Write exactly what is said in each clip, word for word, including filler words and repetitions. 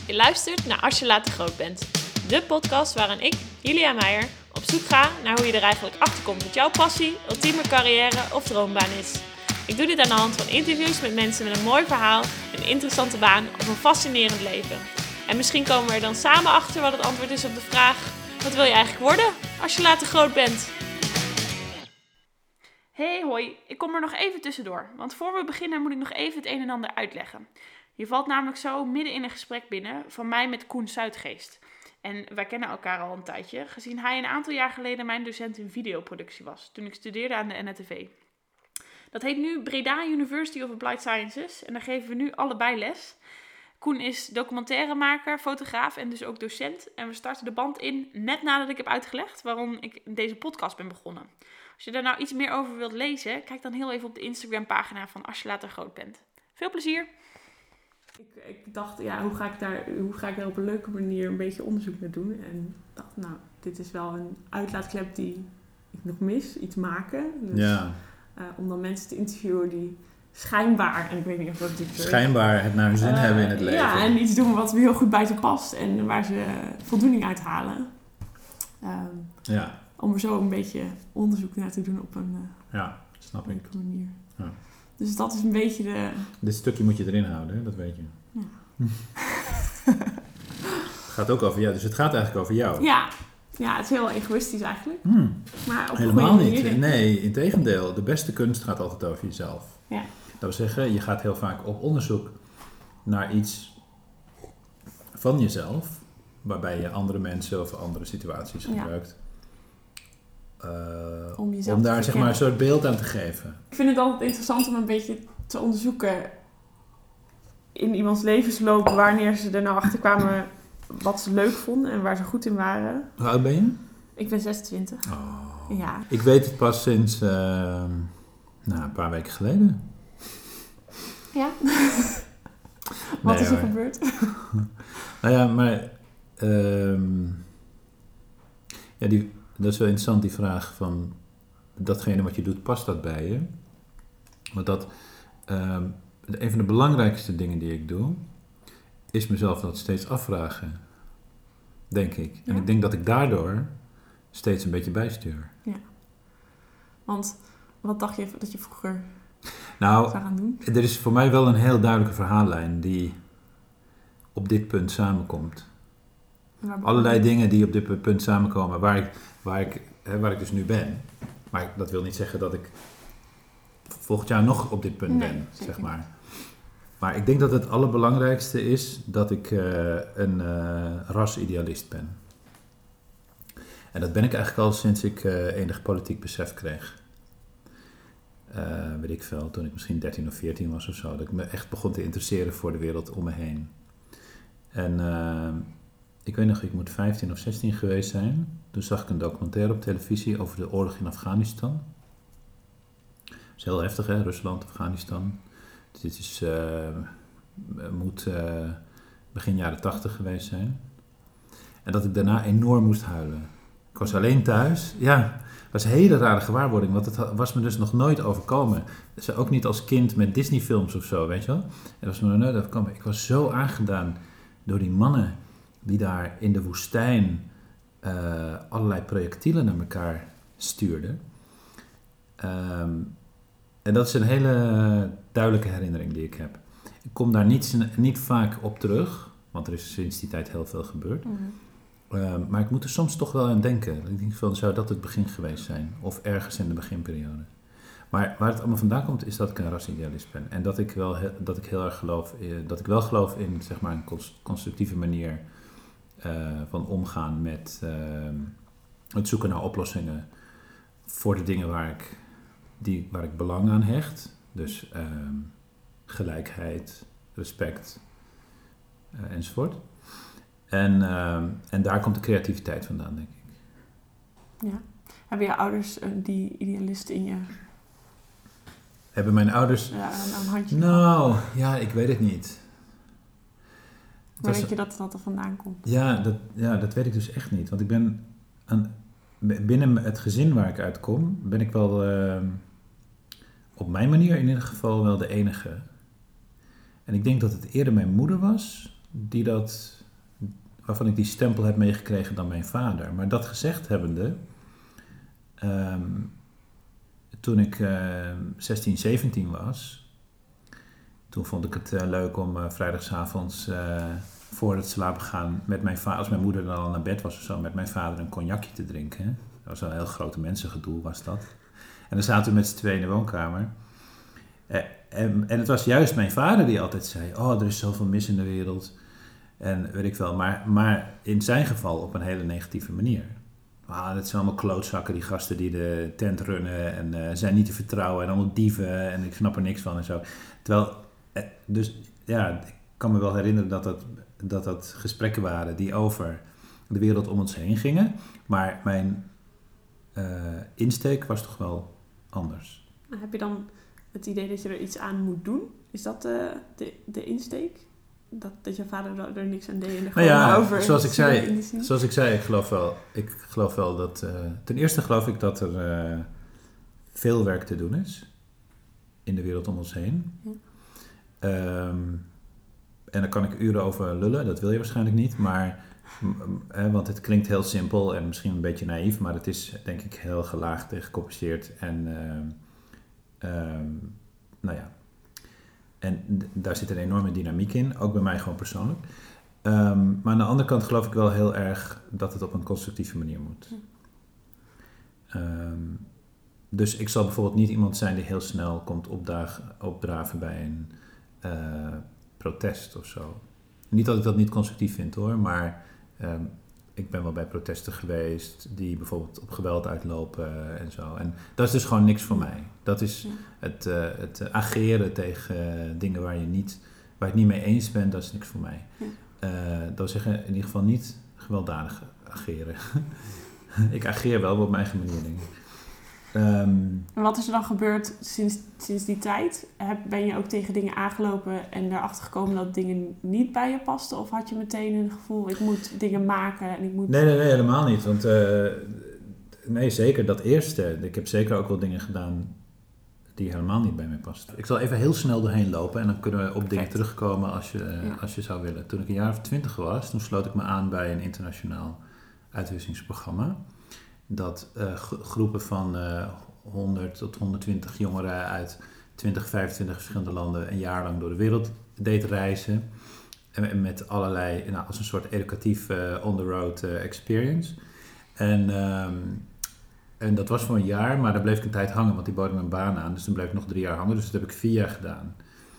Je luistert naar Als je later groot bent. De podcast waarin ik, Julia Meijer, op zoek ga naar hoe je er eigenlijk achter komt wat jouw passie, ultieme carrière of droombaan is. Ik doe dit aan de hand van interviews met mensen met een mooi verhaal, een interessante baan of een fascinerend leven. En misschien komen we er dan samen achter wat het antwoord is op de vraag: wat wil je eigenlijk worden als je later groot bent? Hey hoi, ik kom er nog even tussendoor, want voor we beginnen moet ik nog even het een en ander uitleggen. Je valt namelijk zo midden in een gesprek binnen van mij met Koen Zuidgeest. En wij kennen elkaar al een tijdje, gezien hij een aantal jaar geleden mijn docent in videoproductie was, toen ik studeerde aan de N R T V. Dat heet nu Breda University of Applied Sciences en daar geven we nu allebei les. Koen is documentairemaker, fotograaf en dus ook docent. En we starten de band in net nadat ik heb uitgelegd waarom ik deze podcast ben begonnen. Als je daar nou iets meer over wilt lezen, kijk dan heel even op de Instagram pagina van Als je later groot bent. Veel plezier! Ik, ik dacht, ja, hoe ga ik, daar, hoe ga ik daar op een leuke manier een beetje onderzoek naar doen? En dacht, nou, dit is wel een uitlaatklep die ik nog mis, iets maken. Dus, ja. uh, om dan mensen te interviewen die schijnbaar, en ik weet niet of dat natuurlijk... Schijnbaar het naar hun zin uh, hebben in het leven. Ja, en iets doen wat me heel goed bij ze past en waar ze voldoening uit halen. Um, ja. Om er zo een beetje onderzoek naar te doen op een uh, ja, snap ik. manier. Ja. Dus dat is een beetje de... Dit stukje moet je erin houden, hè? Dat weet je. Ja. Het gaat ook over jou, dus het gaat eigenlijk over jou. Ja, ja het is heel egoïstisch eigenlijk. Hmm. Maar op helemaal een niet. Manier, nee, integendeel. De beste kunst gaat altijd over jezelf. Ja. Dat wil zeggen, je gaat heel vaak op onderzoek naar iets van jezelf, waarbij je andere mensen of andere situaties gebruikt. Ja. Uh, om, jezelf om daar zeg maar een soort beeld aan te geven. Ik vind het altijd interessant om een beetje te onderzoeken in iemands levensloop wanneer ze er nou achter kwamen wat ze leuk vonden en waar ze goed in waren. Hoe oud ben je? Ik ben zesentwintig. Oh. Ja. Ik weet het pas sinds uh, nou, een paar weken geleden. Ja? Wat nee, is er maar... gebeurd? nou ja, maar um, ja, die, dat is wel interessant, die vraag van datgene wat je doet, past dat bij je? Want dat, um, een van de belangrijkste dingen die ik doe, is mezelf dat steeds afvragen, denk ik. En ja. ik denk dat ik daardoor steeds een beetje bijstuur. Ja. Want wat dacht je dat je vroeger nou, zou gaan doen? Er is voor mij wel een heel duidelijke verhaallijn die op dit punt samenkomt. Allerlei dingen die op dit punt samenkomen waar ik, waar ik, hè, waar ik dus nu ben. Maar dat wil niet zeggen dat ik volgend jaar nog op dit punt nee, ben, zeker. zeg maar. Maar ik denk dat het allerbelangrijkste is dat ik uh, een uh, rasidealist ben. En dat ben ik eigenlijk al sinds ik uh, enig politiek besef kreeg. Uh, weet ik veel, toen ik misschien dertien of veertien was of zo. Dat ik me echt begon te interesseren voor de wereld om me heen. En uh, ik weet nog, ik moet vijftien of zestien geweest zijn. Toen zag ik een documentaire op televisie over de oorlog in Afghanistan. Dat is heel heftig, hè? Rusland, Afghanistan. Dit is, uh, moet uh, begin jaren tachtig geweest zijn. En dat ik daarna enorm moest huilen. Ik was alleen thuis. Ja, het was een hele rare gewaarwording, want het was me dus nog nooit overkomen. Dus ook niet als kind met Disney-films of zo, weet je wel. Het was me nog nooit overkomen. Ik was zo aangedaan door die mannen die daar in de woestijn uh, allerlei projectielen naar elkaar stuurden. Um, en dat is een hele duidelijke herinnering die ik heb. Ik kom daar niet, niet vaak op terug, want er is sinds die tijd heel veel gebeurd. Mm-hmm. Um, maar ik moet er soms toch wel aan denken. Ik denk van, zou dat het begin geweest zijn? Of ergens in de beginperiode. Maar waar het allemaal vandaan komt, is dat ik een rasidealist ben. En dat ik wel, he, dat ik heel erg geloof, dat ik wel geloof in, zeg maar, een constructieve manier uh, van omgaan met uh, het zoeken naar oplossingen voor de dingen waar ik, die, waar ik belang aan hecht. Dus uh, gelijkheid, respect uh, enzovoort. En, uh, en daar komt de creativiteit vandaan, denk ik. Ja. Hebben je ouders uh, die idealisten in je... Hebben mijn ouders... Ja, een, een handje. Nou, ja, ik weet het niet. Maar was... weet je dat dat er vandaan komt? Ja dat, ja, dat weet ik dus echt niet. Want ik ben... Een, binnen het gezin waar ik uitkom, ben ik wel... Uh, op mijn manier in ieder geval wel de enige. En ik denk dat het eerder mijn moeder was die dat, waarvan ik die stempel heb meegekregen dan mijn vader. Maar dat gezegd hebbende, um, toen ik uh, zestien, zeventien was, toen vond ik het uh, leuk om uh, vrijdagavonds uh, voor het slapen gaan met mijn vader, als mijn moeder dan al naar bed was of zo, met mijn vader een cognacje te drinken. Dat was een heel grote mensengedoe, was dat. En dan zaten we met z'n tweeën in de woonkamer. Uh, en, en het was juist mijn vader die altijd zei, oh, er is zoveel mis in de wereld. En weet ik wel, maar, maar in zijn geval op een hele negatieve manier. Ah, dat zijn allemaal klootzakken, die gasten die de tent runnen en uh, zijn niet te vertrouwen en allemaal dieven en ik snap er niks van en zo. Terwijl, uh, dus ja, ik kan me wel herinneren dat dat, dat dat gesprekken waren die over de wereld om ons heen gingen. Maar mijn uh, insteek was toch wel anders. Heb je dan het idee dat je er iets aan moet doen? Is dat uh, de, de insteek? Dat, dat je vader er niks aan deed en er gewoon nou ja, over... Zoals ik, zei, zoals ik zei, ik geloof wel, ik geloof wel dat... Uh, ten eerste geloof ik dat er uh, veel werk te doen is in de wereld om ons heen. Ja. Um, en daar kan ik uren over lullen, dat wil je waarschijnlijk niet. Maar, uh, want het klinkt heel simpel en misschien een beetje naïef, maar het is denk ik heel gelaagd en gecompliceerd. En uh, um, nou ja... En d- daar zit een enorme dynamiek in, ook bij mij gewoon persoonlijk. Um, maar aan de andere kant geloof ik wel heel erg dat het op een constructieve manier moet. Um, dus ik zal bijvoorbeeld niet iemand zijn die heel snel komt opdagen, opdraven bij een uh, protest of zo. Niet dat ik dat niet constructief vind hoor, maar um, ik ben wel bij protesten geweest die bijvoorbeeld op geweld uitlopen en zo. En dat is dus gewoon niks voor mij. Dat is het, uh, het ageren tegen uh, dingen waar je, niet, waar je het niet mee eens bent, dat is niks voor mij. Uh, dat wil zeggen, in ieder geval niet gewelddadig ageren. Ik ageer wel op mijn eigen manier, denk ik. Um, en wat is er dan gebeurd sinds, sinds die tijd? Heb, ben je ook tegen dingen aangelopen en erachter gekomen dat dingen niet bij je pasten? Of had je meteen een gevoel, ik moet dingen maken en ik moet... Nee, nee, nee, helemaal niet. Want uh, nee, zeker dat eerste. Ik heb zeker ook wel dingen gedaan die helemaal niet bij mij pasten. Ik zal even heel snel doorheen lopen en dan kunnen we op Perfect. dingen terugkomen als je, uh, ja. als je zou willen. Toen ik een jaar of twintig was, toen sloot ik me aan bij een internationaal uitwisselingsprogramma. Dat uh, groepen van uh, honderd tot honderdtwintig jongeren uit twintig, vijfentwintig verschillende landen een jaar lang door de wereld deed reizen. En met allerlei, nou, als een soort educatief uh, on-the-road uh, experience. En, um, en dat was voor een jaar, maar daar bleef ik een tijd hangen, want die boden me een baan aan. Dus toen bleef ik nog drie jaar hangen, dus dat heb ik vier jaar gedaan.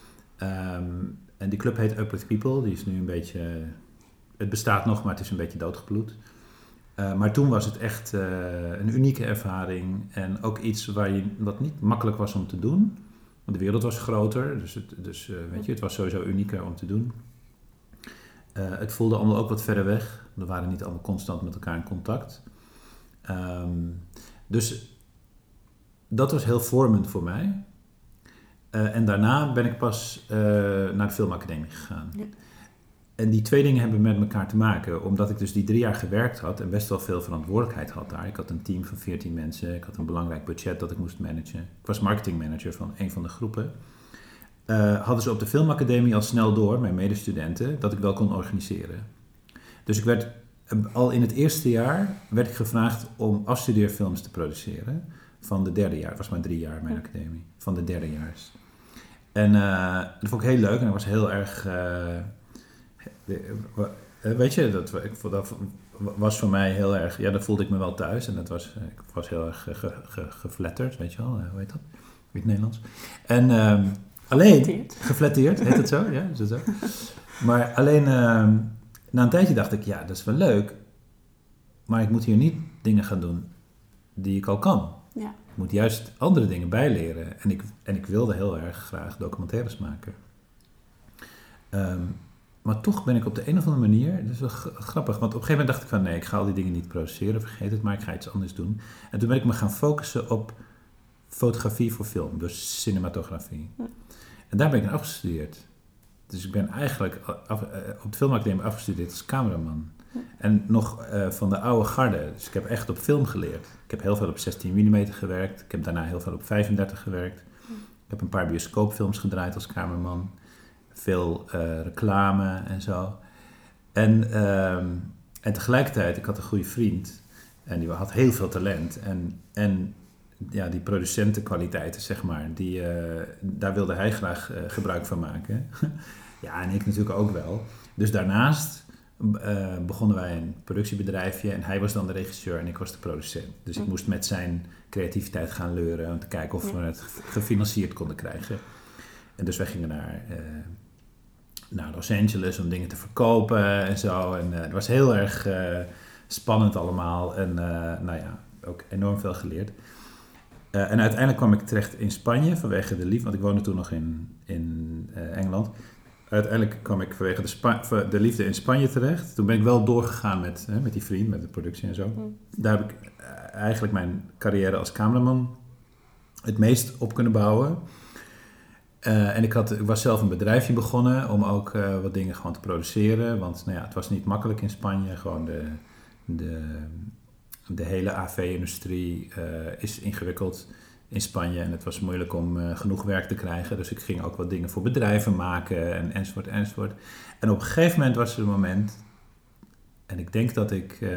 Um, en die club heet Uplift People, die is nu een beetje, het bestaat nog, maar het is een beetje doodgebloed. Uh, maar toen was het echt uh, een unieke ervaring en ook iets waar je, wat niet makkelijk was om te doen. Want de wereld was groter, dus, het, dus uh, weet je, het was sowieso unieker om te doen. Uh, het voelde allemaal ook wat verder weg. We waren niet allemaal constant met elkaar in contact. Um, dus dat was heel vormend voor mij. Uh, en daarna ben ik pas uh, naar de filmacademie gegaan. Ja. En die twee dingen hebben met elkaar te maken, omdat ik dus die drie jaar gewerkt had en best wel veel verantwoordelijkheid had daar. Ik had een team van veertien mensen, ik had een belangrijk budget dat ik moest managen. Ik was marketingmanager van een van de groepen. Uh, hadden ze op de filmacademie al snel door, mijn medestudenten, dat ik wel kon organiseren. Dus ik werd, al in het eerste jaar werd ik gevraagd om afstudeerfilms te produceren van de derde jaar. Het was maar drie jaar mijn academie, van de derdejaars. En uh, dat vond ik heel leuk en dat was heel erg... Uh, weet je, dat, ik, dat was voor mij heel erg... Ja, daar voelde ik me wel thuis en dat was, ik was heel erg ge, ge, geflatterd, weet je wel. Hoe heet dat? In het Nederlands. En um, alleen... Geflatteerd, heet het zo? Ja, is dat zo? Maar alleen, um, na een tijdje dacht ik, ja, dat is wel leuk. Maar ik moet hier niet dingen gaan doen die ik al kan. Ja. Ik moet juist andere dingen bijleren. En ik, en ik wilde heel erg graag documentaires maken. Um, Maar toch ben ik op de een of andere manier, dat is wel g- grappig, want op een gegeven moment dacht ik van nee, ik ga al die dingen niet produceren, vergeet het, maar ik ga iets anders doen. En toen ben ik me gaan focussen op fotografie voor film, dus cinematografie. Ja. En daar ben ik in afgestudeerd. Dus ik ben eigenlijk af, uh, op de filmacademie afgestudeerd als cameraman. Ja. En nog uh, van de oude garde, dus ik heb echt op film geleerd. Ik heb heel veel op zestien millimeter gewerkt, ik heb daarna heel veel op vijfendertig gewerkt. Ja. Ik heb een paar bioscoopfilms gedraaid als cameraman. Veel uh, reclame en zo. En, um, en tegelijkertijd, ik had een goede vriend en die had heel veel talent. En, en ja, die producentenkwaliteiten, zeg maar, die, uh, daar wilde hij graag uh, gebruik van maken. Ja, en ik natuurlijk ook wel. Dus daarnaast uh, begonnen wij een productiebedrijfje en hij was dan de regisseur en ik was de producent. Dus ik moest met zijn creativiteit gaan leuren om te kijken of we het gefinancierd konden krijgen. En dus wij gingen naar, uh, naar Los Angeles om dingen te verkopen en zo. En uh, het was heel erg uh, spannend allemaal en uh, nou ja, ook enorm veel geleerd. Uh, en uiteindelijk kwam ik terecht in Spanje vanwege de liefde, want ik woonde toen nog in, in uh, Engeland. Uiteindelijk kwam ik vanwege de, Spa- de liefde in Spanje terecht. Toen ben ik wel doorgegaan met, hè, met die vriend, met de productie en zo. Mm. Daar heb ik uh, eigenlijk mijn carrière als cameraman het meest op kunnen bouwen. Uh, en ik, had, ik was zelf een bedrijfje begonnen om ook uh, wat dingen gewoon te produceren. Want nou ja, het was niet makkelijk in Spanje. Gewoon de, de, de hele A V-industrie uh, is ingewikkeld in Spanje. En het was moeilijk om uh, genoeg werk te krijgen. Dus ik ging ook wat dingen voor bedrijven maken en, enzovoort, enzovoort. En op een gegeven moment was er een moment. En ik denk dat ik... Uh,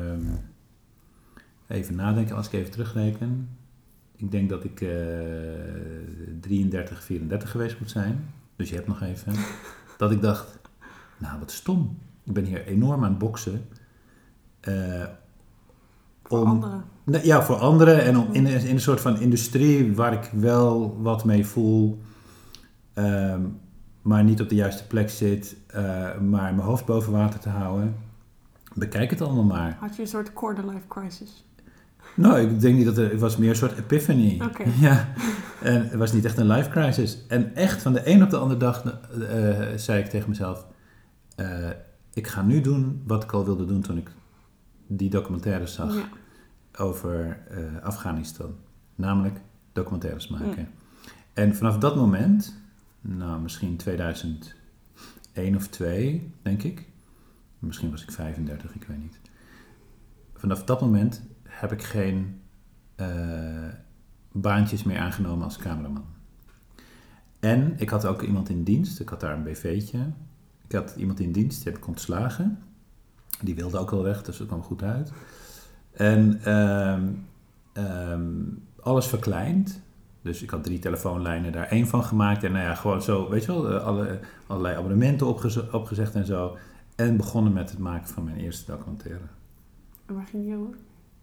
even nadenken als ik even terugreken. Ik denk dat ik uh, drieëndertig, vierendertig geweest moet zijn. Dus je hebt nog even. Dat ik dacht, nou wat stom. Ik ben hier enorm aan het boksen. Uh, voor om, anderen. Ne, ja, voor anderen. En om, in, in een soort van industrie waar ik wel wat mee voel. Um, maar niet op de juiste plek zit. Uh, maar mijn hoofd boven water te houden. Bekijk het allemaal maar. Had je een soort quarter-life crisis? Nou, ik denk niet dat er... Het was meer een soort epiphany. Okay. Ja. En het was niet echt een life crisis. En echt van de een op de andere dag uh, zei ik tegen mezelf... Uh, ik ga nu doen wat ik al wilde doen toen ik die documentaire zag... Ja. over uh, Afghanistan. Namelijk documentaires maken. Ja. En vanaf dat moment... Nou, misschien tweeduizend één of twee, denk ik. Misschien was ik vijfendertig, ik weet niet. Vanaf dat moment... heb ik geen uh, baantjes meer aangenomen als cameraman. En ik had ook iemand in dienst. Ik had daar een B V'tje. Ik had iemand in dienst, die heb ik ontslagen. Die wilde ook wel weg, dus dat kwam goed uit. En um, um, alles verkleind. Dus ik had drie telefoonlijnen daar één van gemaakt. En nou ja, gewoon zo, weet je wel, alle, allerlei abonnementen opgeze- opgezegd en zo. En begonnen met het maken van mijn eerste documentaire. En waar ging die over?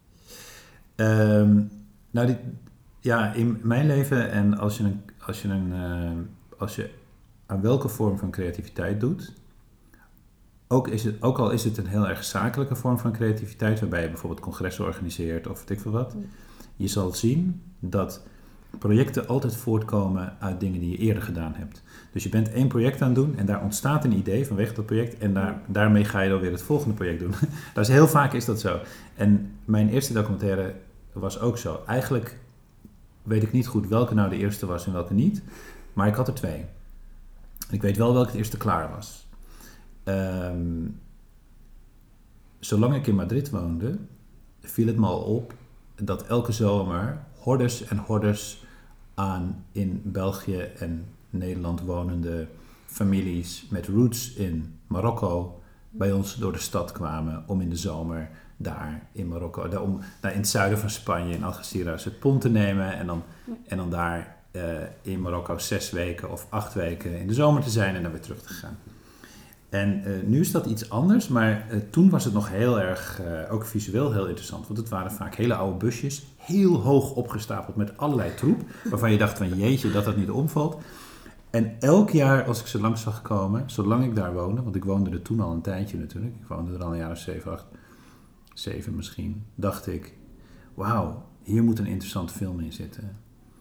Um, nou, die, ja, in mijn leven en als je, een, als, je een, uh, als je aan welke vorm van creativiteit doet, ook, is het, ook al is het een heel erg zakelijke vorm van creativiteit, waarbij je bijvoorbeeld congressen organiseert of weet ik veel wat, je zal zien dat projecten altijd voortkomen uit dingen die je eerder gedaan hebt. Dus je bent één project aan het doen en daar ontstaat een idee vanwege dat project en daar, daarmee ga je dan weer het volgende project doen. Dat is heel vaak is dat zo. En mijn eerste documentaire was ook zo. Eigenlijk weet ik niet goed welke nou de eerste was en welke niet, maar ik had er twee. Ik weet wel welke het eerste klaar was. Um, zolang ik in Madrid woonde, viel het me al op dat elke zomer hordes en hordes aan in België en Nederland wonende families met roots in Marokko bij ons door de stad kwamen om in de zomer daar in Marokko, daar, om, daar in het zuiden van Spanje, in Algeciras, het pont te nemen en dan, en dan daar uh, in Marokko zes weken of acht weken in de zomer te zijn en dan weer terug te gaan. En uh, nu is dat iets anders, maar uh, toen was het nog heel erg, uh, ook visueel heel interessant. Want het waren vaak hele oude busjes, heel hoog opgestapeld met allerlei troep. Waarvan je dacht van jeetje, dat dat niet omvalt. En elk jaar als ik ze langs zag komen, zolang ik daar woonde, want ik woonde er toen al een tijdje natuurlijk. Ik woonde er al een jaar of zeven, acht, zeven misschien. Dacht ik, wauw, hier moet een interessante film in zitten.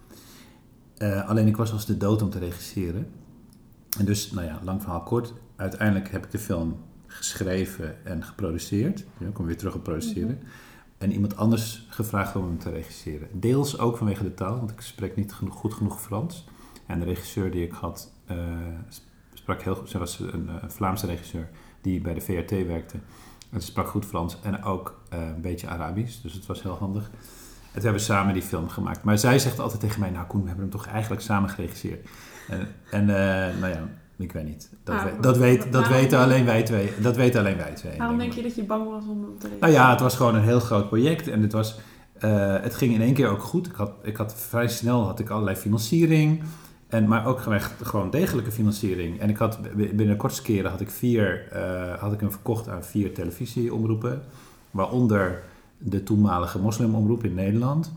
Uh, alleen ik was als de dood om te regisseren. En dus, nou ja, lang verhaal kort. Uiteindelijk heb ik de film geschreven en geproduceerd. Ja, ik kom weer terug op produceren. Mm-hmm. En iemand anders gevraagd om hem te regisseren. Deels ook vanwege de taal, want ik spreek niet genoeg, goed genoeg Frans. En de regisseur die ik had, uh, sprak heel goed. Zij was een, een Vlaamse regisseur die bij de V R T werkte. En ze sprak goed Frans en ook uh, een beetje Arabisch. Dus het was heel handig. En toen hebben we samen die film gemaakt. Maar zij zegt altijd tegen mij, nou Koen, we hebben hem toch eigenlijk samen geregisseerd. En, en uh, nou ja... Ik weet niet. Dat, Ah, we, dat, weet, dat, waarom- weten alleen wij twee. Dat weten alleen wij twee. Waarom denk denk ik. je dat je bang was om hem te lezen? Nou ja, het was gewoon een heel groot project. En het, was, uh, het ging in één keer ook goed. Ik had, ik had vrij snel had ik allerlei financiering. En, maar ook echt gewoon degelijke financiering. En ik had binnen de kortste keren had ik, vier, uh, had ik hem verkocht aan vier televisieomroepen. Waaronder de toenmalige moslimomroep in Nederland.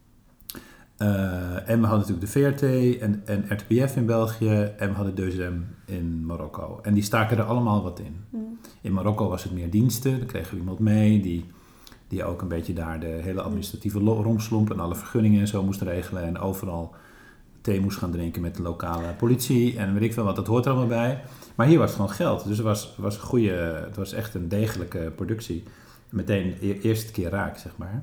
Uh, en we hadden natuurlijk de V R T en, en R T B F in België. En we hadden deux M in Marokko. En die staken er allemaal wat in. Mm. In Marokko was het meer diensten. Dan kregen we iemand mee die, die ook een beetje daar de hele administratieve lo- romslomp en alle vergunningen en zo moest regelen. En overal thee moest gaan drinken met de lokale politie. En weet ik veel wat, dat hoort er allemaal bij. Maar hier was het gewoon geld. Dus het was, was, een goede, het was echt een degelijke productie. Meteen de eerste keer raak, zeg maar.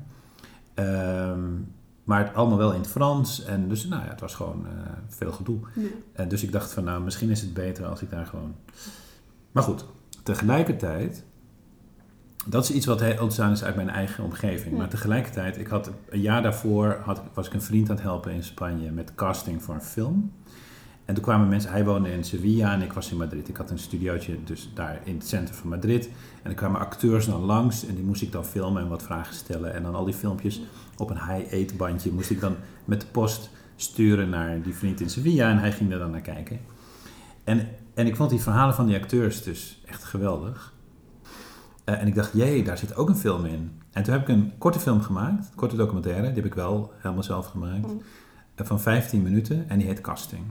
Um, Maar het allemaal wel in het Frans. En dus nou ja, het was gewoon uh, veel gedoe. Nee. En dus ik dacht van nou, misschien is het beter als ik daar gewoon... Maar goed, tegelijkertijd... Dat is iets wat heel ontstaan is uit mijn eigen omgeving. Ja. Maar tegelijkertijd, ik had een jaar daarvoor had, was ik een vriend aan het helpen in Spanje met casting voor een film. En toen kwamen mensen, hij woonde in Sevilla en ik was in Madrid. Ik had een studiootje dus daar in het centrum van Madrid. En er kwamen acteurs dan langs en die moest ik dan filmen en wat vragen stellen. En dan al die filmpjes op een high-eight bandje moest ik dan met de post sturen naar die vriend in Sevilla. En hij ging er dan naar kijken. En, en ik vond die verhalen van die acteurs dus echt geweldig. Uh, en ik dacht, jee, daar zit ook een film in. En toen heb ik een korte film gemaakt, een korte documentaire. Die heb ik wel helemaal zelf gemaakt. Mm. Uh, van vijftien minuten en die heet Casting.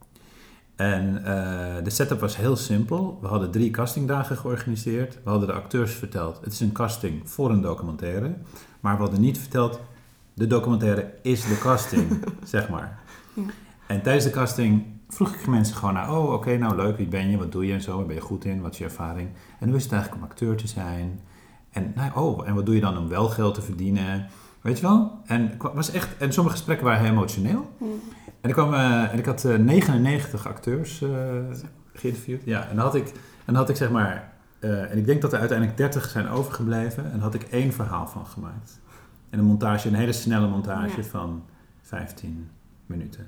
En uh, de setup was heel simpel. We hadden drie castingdagen georganiseerd. We hadden de acteurs verteld, het is een casting voor een documentaire. Maar we hadden niet verteld, de documentaire is de casting, zeg maar. Ja. En tijdens de casting vroeg ik mensen gewoon naar, oh oké, okay, nou leuk, wie ben je, wat doe je en zo, waar ben je goed in, wat is je ervaring? En hoe is het eigenlijk om acteur te zijn? En, nou, oh, en wat doe je dan om wel geld te verdienen? Weet je wel? En, was echt, en sommige gesprekken waren heel emotioneel. Mm. En ik, kwam, uh, en ik had uh, negenennegentig acteurs uh, geïnterviewd. Ja, en dan had ik, en dan had ik zeg maar, uh, en ik denk dat er uiteindelijk dertig zijn overgebleven. En daar had ik één verhaal van gemaakt. En een montage, een hele snelle montage ja. van vijftien minuten.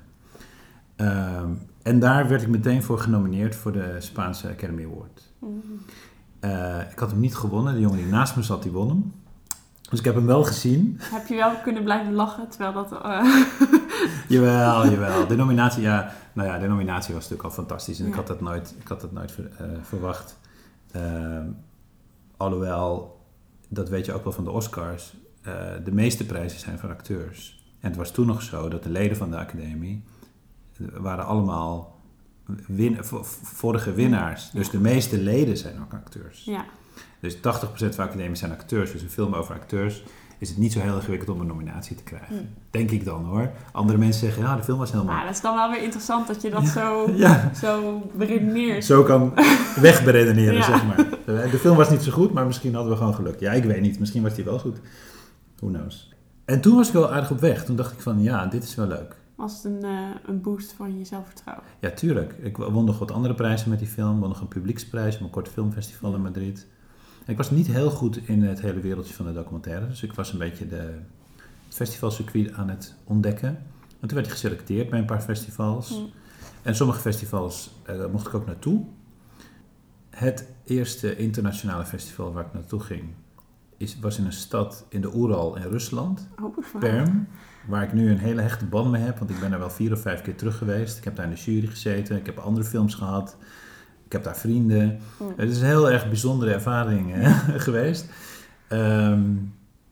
Um, en daar werd ik meteen voor genomineerd voor de Spaanse Academy Award. Mm. Uh, ik had hem niet gewonnen. De jongen die naast me zat, die won hem. Dus ik heb hem wel gezien. Heb je wel kunnen blijven lachen terwijl dat... Uh... jawel, jawel. De nominatie, ja, nou ja, de nominatie was natuurlijk al fantastisch. En ja. ik had dat nooit, ik had dat nooit ver, uh, verwacht. Uh, alhoewel, dat weet je ook wel van de Oscars. Uh, de meeste prijzen zijn voor acteurs. En het was toen nog zo dat de leden van de academie waren allemaal win- vorige winnaars. Dus ja. de meeste leden zijn ook acteurs. Ja. Dus tachtig procent van academies zijn acteurs. Dus een film over acteurs is het niet zo heel ingewikkeld om een nominatie te krijgen. Mm. Denk ik dan hoor. Andere mensen zeggen, ja, de film was helemaal... Ja, dat is dan wel weer interessant dat je dat ja. zo, ja. zo beredeneert. Zo kan wegberedeneren, ja. zeg maar. De film was niet zo goed, maar misschien hadden we gewoon geluk. Ja, ik weet niet. Misschien was die wel goed. Who knows. En toen was ik wel aardig op weg. Toen dacht ik van, ja, dit is wel leuk. Was het een, uh, een boost van je zelfvertrouwen? Ja, tuurlijk. Ik won nog wat andere prijzen met die film. Won nog een publieksprijs op een kort filmfestival in Madrid. Ik was niet heel goed in het hele wereldje van de documentaire. Dus ik was een beetje de, het festivalcircuit aan het ontdekken. En toen werd ik geselecteerd bij een paar festivals. Mm. En sommige festivals uh, mocht ik ook naartoe. Het eerste internationale festival waar ik naartoe ging... Is, was in een stad in de Oeral in Rusland. Oh, Perm. Waar ik nu een hele hechte band mee heb. Want ik ben daar wel vier of vijf keer terug geweest. Ik heb daar in de jury gezeten. Ik heb andere films gehad. Ik heb daar vrienden. Mm. Het is een heel erg bijzondere ervaring hè, geweest. Um,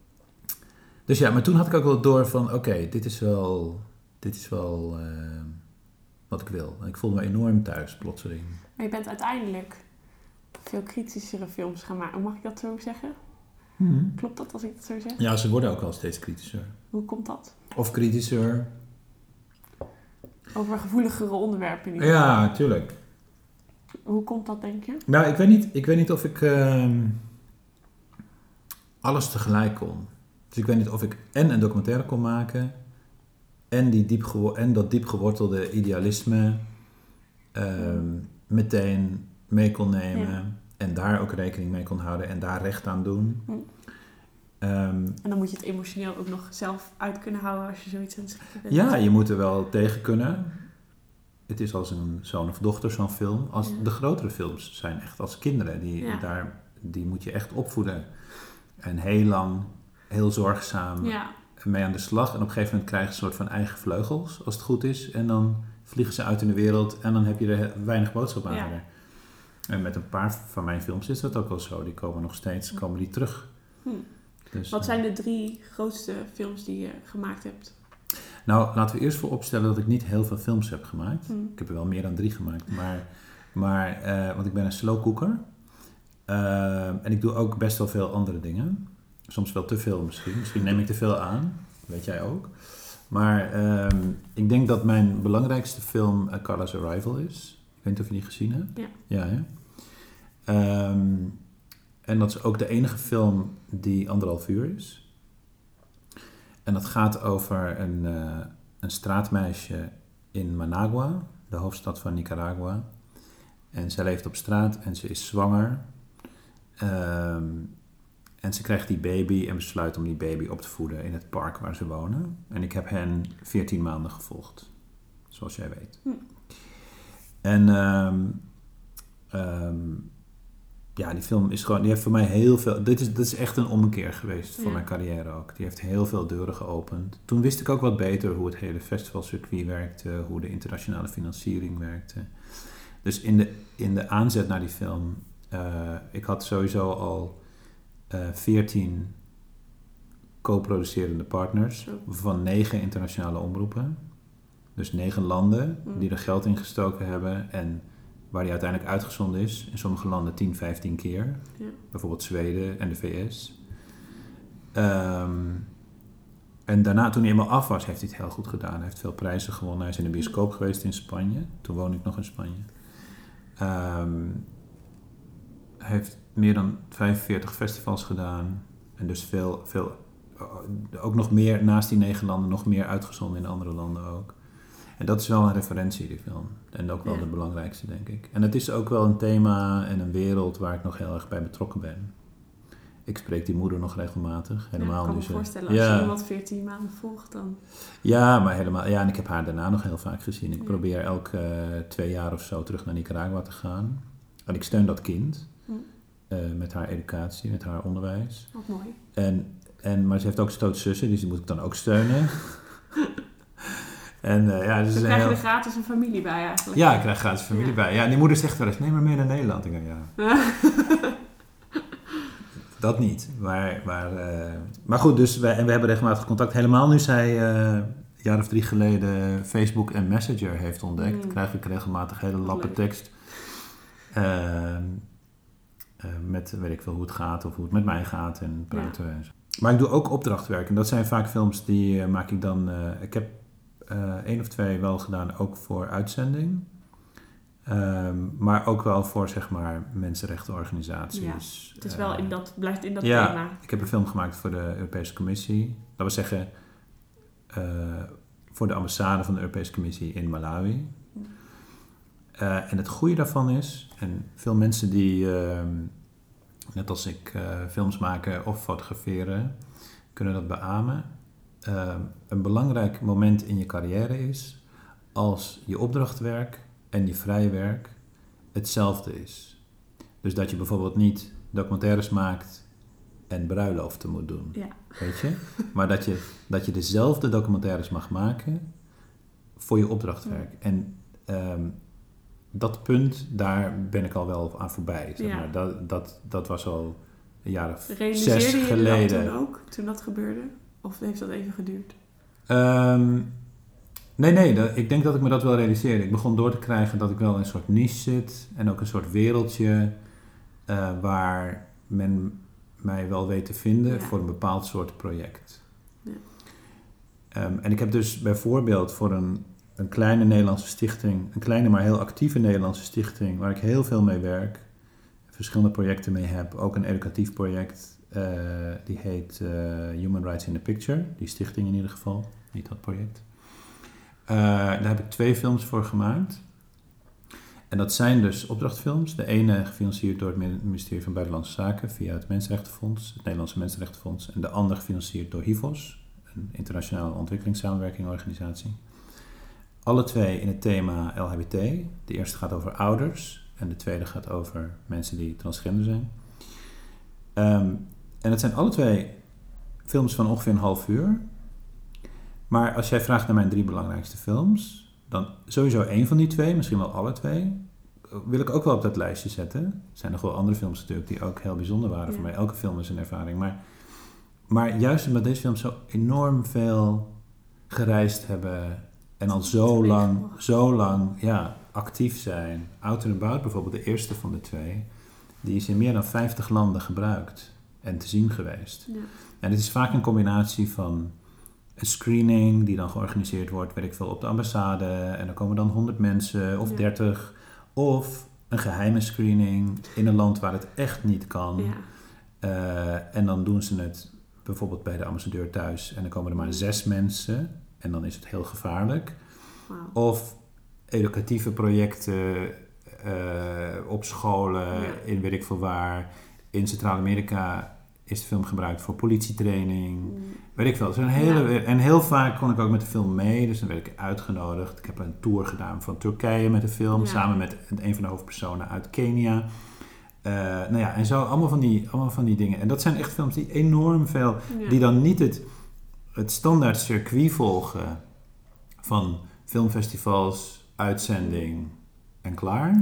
dus ja, maar toen had ik ook wel door van... Oké, okay, dit is wel, dit is wel uh, wat ik wil. En ik voelde me enorm thuis, plotseling. Maar je bent uiteindelijk veel kritischere films gaan maken. Mag ik dat zo zeggen? Hmm. Klopt dat als ik dat zo zeg? Ja, ze worden ook al steeds kritischer. Hoe komt dat? Of kritischer. Over gevoeligere onderwerpen niet. Ja, tuurlijk. Hoe komt dat, denk je? Nou, ik weet niet, ik weet niet of ik uh, alles tegelijk kon. Dus ik weet niet of ik en een documentaire kon maken... en, die diep gewo- en dat diep gewortelde idealisme uh, meteen mee kon nemen... Ja. En daar ook rekening mee kon houden en daar recht aan doen. Hm. Um, en dan moet je het emotioneel ook nog zelf uit kunnen houden als je zoiets aan het schrijven bent. Ja, je moet er wel tegen kunnen. het is als een zoon of dochter zo'n film. Als Ja. de grotere films zijn echt als kinderen. Die, Ja. daar, die moet je echt opvoeden. En heel lang, heel zorgzaam Ja. mee aan de slag. En op een gegeven moment krijgen ze een soort van eigen vleugels, als het goed is. En dan vliegen ze uit in de wereld en dan heb je er weinig boodschap aan. Ja. verder. En met een paar van mijn films is dat ook wel zo. Die komen nog steeds, komen die terug. Hm. Dus, Wat zijn de drie grootste films die je gemaakt hebt? Nou, laten we eerst vooropstellen dat ik niet heel veel films heb gemaakt. Hm. Ik heb er wel meer dan drie gemaakt. Maar, maar eh, want ik ben een slow cooker. Uh, en ik doe ook best wel veel andere dingen. Soms wel te veel misschien. Misschien neem ik te veel aan. Weet jij ook. Maar uh, ik denk dat mijn belangrijkste film uh, Carla's Arrival is. Ik weet niet of je die gezien hebt. Ja. Ja, hè? Um, en dat is ook de enige film die anderhalf uur is. En dat gaat over een, uh, een straatmeisje in Managua, de hoofdstad van Nicaragua. En zij leeft op straat en ze is zwanger. Um, en ze krijgt die baby en besluit om die baby op te voeden in het park waar ze wonen. En ik heb hen veertien maanden gevolgd, zoals jij weet. Hm. En um, um, ja, die film is gewoon, die heeft voor mij heel veel, dit is, dit is echt een ommekeer geweest voor ja. mijn carrière ook. Die heeft heel veel deuren geopend. Toen wist ik ook wat beter hoe het hele festivalcircuit werkte, hoe de internationale financiering werkte. Dus in de, in de aanzet naar die film, uh, ik had sowieso al veertien uh, co-producerende partners van negen internationale omroepen. Dus negen landen mm. die er geld in gestoken hebben en waar die uiteindelijk uitgezonden is. In sommige landen tien, vijftien keer. Ja. Bijvoorbeeld Zweden en de V S. Um, en daarna, toen hij eenmaal af was, heeft hij het heel goed gedaan. Hij heeft veel prijzen gewonnen. Hij is in de bioscoop geweest in Spanje. Toen woonde ik nog in Spanje. Um, hij heeft meer dan vijfenveertig festivals gedaan. En dus veel, veel, ook nog meer, naast die negen landen, nog meer uitgezonden in andere landen ook. En dat is wel een referentie, die film. En ook wel ja. de belangrijkste, denk ik. En het is ook wel een thema en een wereld waar ik nog heel erg bij betrokken ben. Ik spreek die moeder nog regelmatig. Helemaal ja, ik kan dus, me voorstellen, als ja. je iemand veertien maanden volgt dan... Ja, maar helemaal... Ja, en ik heb haar daarna nog heel vaak gezien. Ik ja. probeer elke uh, twee jaar of zo terug naar Nicaragua te gaan. En ik steun dat kind. Hm. Uh, met haar educatie, met haar onderwijs. Wat mooi. En, en, maar ze heeft ook stootzussen, dus die moet ik dan ook steunen. En, uh, ja, dus dan krijg je heel... er gratis een familie bij eigenlijk. Ja, ik krijg gratis een familie ja. bij. Ja, en die moeder zegt wel eens, neem maar mee naar Nederland. Ik denk, ja... Dat niet. Maar, maar, uh, maar goed, dus wij, en we hebben regelmatig contact. Helemaal nu zij uh, een jaar of drie geleden Facebook en Messenger heeft ontdekt, mm. krijg ik regelmatig hele lappen tekst. Uh, uh, met, weet ik veel, hoe het gaat of hoe het met mij gaat en praten. Ja. En zo. Maar ik doe ook opdrachtwerk. En dat zijn vaak films die uh, maak ik dan... Uh, ik heb uh, één of twee wel gedaan, ook voor uitzending. Um, maar ook wel voor, zeg maar, mensenrechtenorganisaties. Ja, het is wel in dat, blijft in dat ja, thema. Ik heb een film gemaakt voor de Europese Commissie. Dat wil zeggen, uh, voor de ambassade van de Europese Commissie in Malawi. Uh, en het goede daarvan is, en veel mensen die, uh, net als ik, uh, films maken of fotograferen, kunnen dat beamen. Uh, een belangrijk moment in je carrière is als je opdrachtwerk en je vrije werk hetzelfde is. Dus dat je bijvoorbeeld niet documentaires maakt en bruiloften moet doen. Ja. Weet je? Maar dat je, dat je dezelfde documentaires mag maken voor je opdrachtwerk. Ja. En um, dat punt, daar ben ik al wel aan voorbij. Zeg ja. maar. dat, dat, dat was al een jaar of Realiseerde zes je geleden. dat toen ook, toen dat gebeurde? Of heeft dat even geduurd? Um, Nee, nee, dat, ik denk dat ik me dat wel realiseerde. Ik begon door te krijgen dat ik wel in een soort niche zit. En ook een soort wereldje uh, waar men mij wel weet te vinden ja. voor een bepaald soort project. Ja. Um, en ik heb dus bijvoorbeeld voor een, een kleine Nederlandse stichting, een kleine maar heel actieve Nederlandse stichting, waar ik heel veel mee werk, verschillende projecten mee heb, ook een educatief project, uh, die heet uh, Human Rights in the Picture, die stichting in ieder geval, niet dat project. Uh, daar heb ik twee films voor gemaakt. En dat zijn dus opdrachtfilms. De ene gefinancierd door het ministerie van Buitenlandse Zaken via het Mensenrechtenfonds, het Nederlandse Mensenrechtenfonds. En de andere gefinancierd door H I V O S, een internationale ontwikkelingssamenwerkingorganisatie. alle twee in het thema L H B T. De eerste gaat over ouders en de tweede gaat over mensen die transgender zijn. Um, en het zijn alle twee films van ongeveer een half uur. Maar als jij vraagt naar mijn drie belangrijkste films, dan sowieso één van die twee, misschien wel alle twee, wil ik ook wel op dat lijstje zetten. Er zijn nog wel andere films natuurlijk die ook heel bijzonder waren Ja. voor mij. Elke film is een ervaring. Maar, maar juist omdat deze films zo enorm veel gereisd hebben en al zo lang, zo lang ja, actief zijn. Out and About bijvoorbeeld, de eerste van de twee, die is in meer dan vijftig landen gebruikt en te zien geweest. Ja. En het is vaak een combinatie van een screening die dan georganiseerd wordt, weet ik veel, op de ambassade. En dan komen dan honderd mensen of Ja. dertig. Of een geheime screening in een land waar het echt niet kan. Ja. Uh, en dan doen ze het bijvoorbeeld bij de ambassadeur thuis. En dan komen er maar zes mensen. En dan is het heel gevaarlijk. Wow. Of educatieve projecten uh, op scholen, Ja. in weet ik veel waar. In Centraal-Amerika is de film gebruikt voor politietraining. Mm. Weet ik veel. Het is een hele, Ja. En heel vaak kon ik ook met de film mee. Dus dan werd ik uitgenodigd. Ik heb een tour gedaan van Turkije met de film. Ja. Samen met een van de hoofdpersonen uit Kenia. Uh, nou ja, en zo allemaal van, die, allemaal van die dingen. En dat zijn echt films die enorm veel... Ja. Die dan niet het, het standaard circuit volgen van filmfestivals, uitzending en klaar.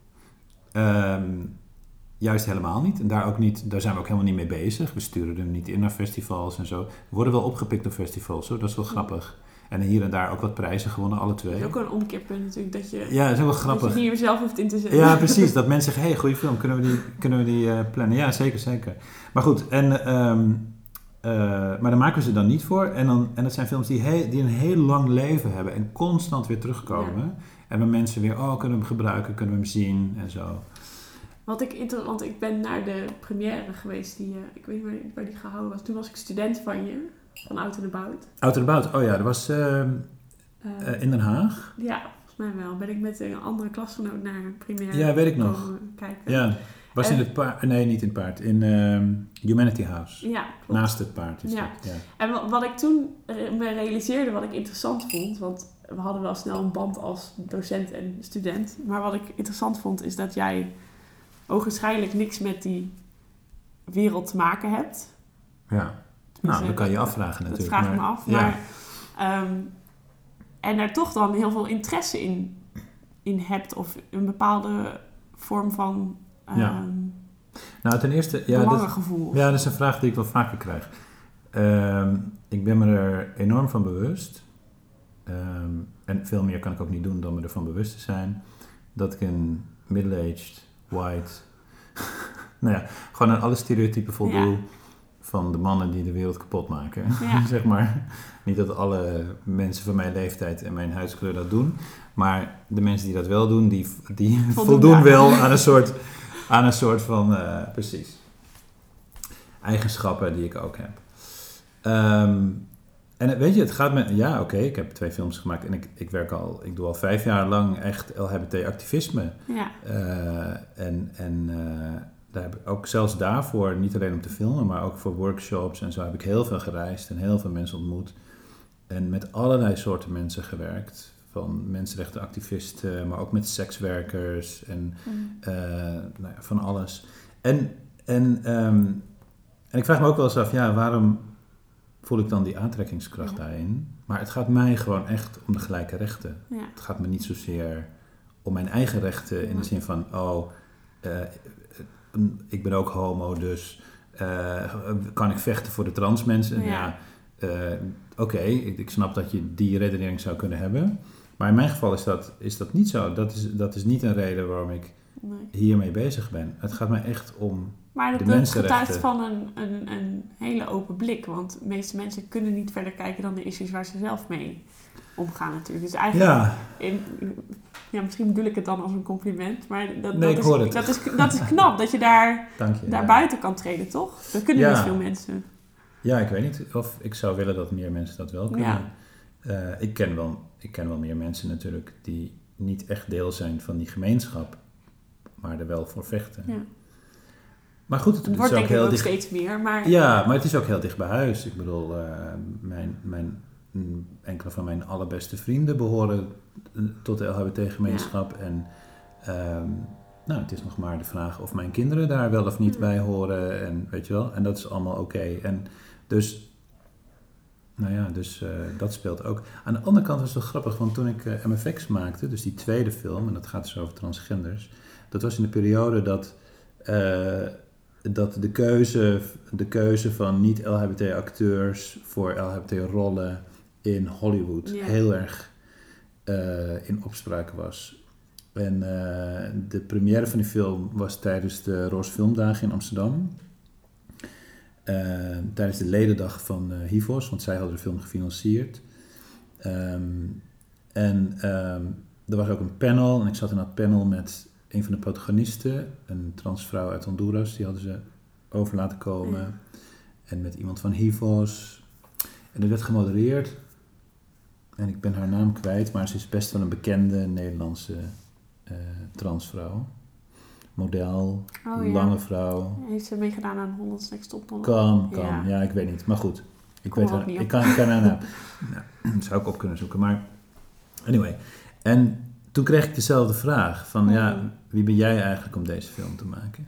Ja. Um, Juist helemaal niet. En daar, ook niet, daar zijn we ook helemaal niet mee bezig. We sturen hem niet in naar festivals en zo. We worden wel opgepikt door festivals, hoor. Dat is wel grappig. En hier en daar ook wat prijzen gewonnen, alle twee. Dat is ook een omkeerpunt natuurlijk, dat je, ja, dat is wel grappig. dat je niet jezelf hoeft in te zetten. Ja, precies. Dat mensen zeggen, hé, hey, goede film, kunnen we die, kunnen we die uh, plannen? Ja, zeker, zeker. Maar goed, en, um, uh, maar daar maken we ze dan niet voor. En, dan, en dat zijn films die, he, die een heel lang leven hebben en constant weer terugkomen. Ja. En waar mensen weer, oh, kunnen we hem gebruiken, kunnen we hem zien en zo. Wat ik interessant, want ik ben naar de première geweest, die, uh, ik weet niet waar, waar die gehouden was. Toen was ik student van je, van Out and About. Out and About, oh ja, dat was uh, uh, uh, in Den Haag. Ja, volgens mij wel. Ben ik met een andere klasgenoot naar een première ja, weet ik nog. kijken. Ja, was en, in het paard, nee, niet in het paard, in um, Humanity House. Ja, klopt. Naast het paard is ja. dat, ja. En wat, wat ik toen me realiseerde, wat ik interessant vond, want we hadden wel snel een band als docent en student. Maar wat ik interessant vond, is dat jij ogenschijnlijk niks met die wereld te maken hebt. Ja, nou, dat kan je afvragen natuurlijk. Dat vraag ik maar, me af. Ja. Maar, um, en daar toch dan heel veel interesse in, in hebt. Of een bepaalde vorm van um, ja. Nou, ten eerste, ja, belangengevoel. Dat, ja, dat is een vraag die ik wel vaker krijg. Um, ik ben me er enorm van bewust. Um, en veel meer kan ik ook niet doen dan me ervan bewust te zijn. Dat ik een middle-aged, white... nou ja, gewoon aan alle stereotypen voldoe ja. van de mannen die de wereld kapot maken. Ja. zeg maar. Niet dat alle mensen van mijn leeftijd en mijn huidskleur dat doen. Maar de mensen die dat wel doen, die, die voldoen, voldoen wel aan een soort, aan een soort van... Uh, precies. Eigenschappen die ik ook heb. Um, en weet je, het gaat me... Ja, oké, okay, ik heb twee films gemaakt en ik, ik werk al... Ik doe al vijf jaar lang echt L H B T-activisme. Ja. Uh, en en uh, daar heb ik ook zelfs daarvoor, niet alleen om te filmen, maar ook voor workshops en zo heb ik heel veel gereisd en heel veel mensen ontmoet. En met allerlei soorten mensen gewerkt. Van mensenrechtenactivisten, maar ook met sekswerkers en mm. uh, nou ja, van alles. En, en, um, en ik vraag me ook wel eens af, ja, waarom voel ik dan die aantrekkingskracht ja. daarin? Maar het gaat mij gewoon echt om de gelijke rechten. Ja. Het gaat me niet zozeer om mijn eigen rechten in de zin van, oh, uh, ik ben ook homo, dus uh, kan ik vechten voor de trans mensen? Ja. Ja, uh, Oké, okay, ik, ik snap dat je die redenering zou kunnen hebben. Maar in mijn geval is dat, is dat niet zo. Dat is, dat is niet een reden waarom ik nee. hiermee bezig ben. Het gaat mij echt om maar de dat, mensenrechten. Maar dat getuigt van een, een, een hele open blik. Want de meeste mensen kunnen niet verder kijken dan de issues waar ze zelf mee omgaan natuurlijk. Dus eigenlijk... Ja. In, ja, misschien bedoel ik het dan als een compliment. Maar dat, nee, dat, ik hoor is, het. dat, is, dat is knap. Dat je daar, Dank je, daar ja. buiten kan treden, toch? Dat kunnen ja. niet veel mensen. Ja, ik weet niet of ik zou willen dat meer mensen dat wel kunnen. Ja. Uh, ik, ken wel, ik ken wel meer mensen natuurlijk die niet echt deel zijn van die gemeenschap, maar er wel voor vechten. Ja. Maar goed, het, het wordt is ook denk ik heel ook dicht... steeds meer. Maar... Ja, maar het is ook heel dicht bij huis. Ik bedoel, uh, mijn, mijn mm, enkele van mijn allerbeste vrienden behoren tot de L H B T-gemeenschap. Ja. En um, nou, het is nog maar de vraag of mijn kinderen daar wel of niet bij horen. En weet je wel, en dat is allemaal oké. Okay. En dus, nou ja, dus uh, dat speelt ook. Aan de andere kant was het wel grappig, want toen ik uh, M F X maakte, dus die tweede film, en dat gaat dus over transgenders, dat was in de periode dat, uh, dat de, keuze, de keuze van niet-L H B T-acteurs voor L H B T-rollen in Hollywood ja. heel erg uh, in opspraak was. En uh, de première van die film was tijdens de Roze Filmdagen in Amsterdam. Uh, tijdens de ledendag van uh, H I V O S, want zij hadden de film gefinancierd. Um, en um, er was ook een panel, en ik zat in dat panel met een van de protagonisten, een transvrouw uit Honduras, die hadden ze over laten komen. Ja. En met iemand van H I V O S. En dat werd gemodereerd. En ik ben haar naam kwijt, maar ze is best wel een bekende Nederlandse uh, transvrouw. Model, oh, ja. lange vrouw. Heeft ze meegedaan aan honderd Next Topmodel? Kan, kan. Ja. ja, ik weet niet. Maar goed. Ik Kom weet haar, ik kan, ik kan haar naam. Nou, dat zou ik op kunnen zoeken. Maar anyway. En toen kreeg ik dezelfde vraag. Van mm. ja, wie ben jij eigenlijk om deze film te maken?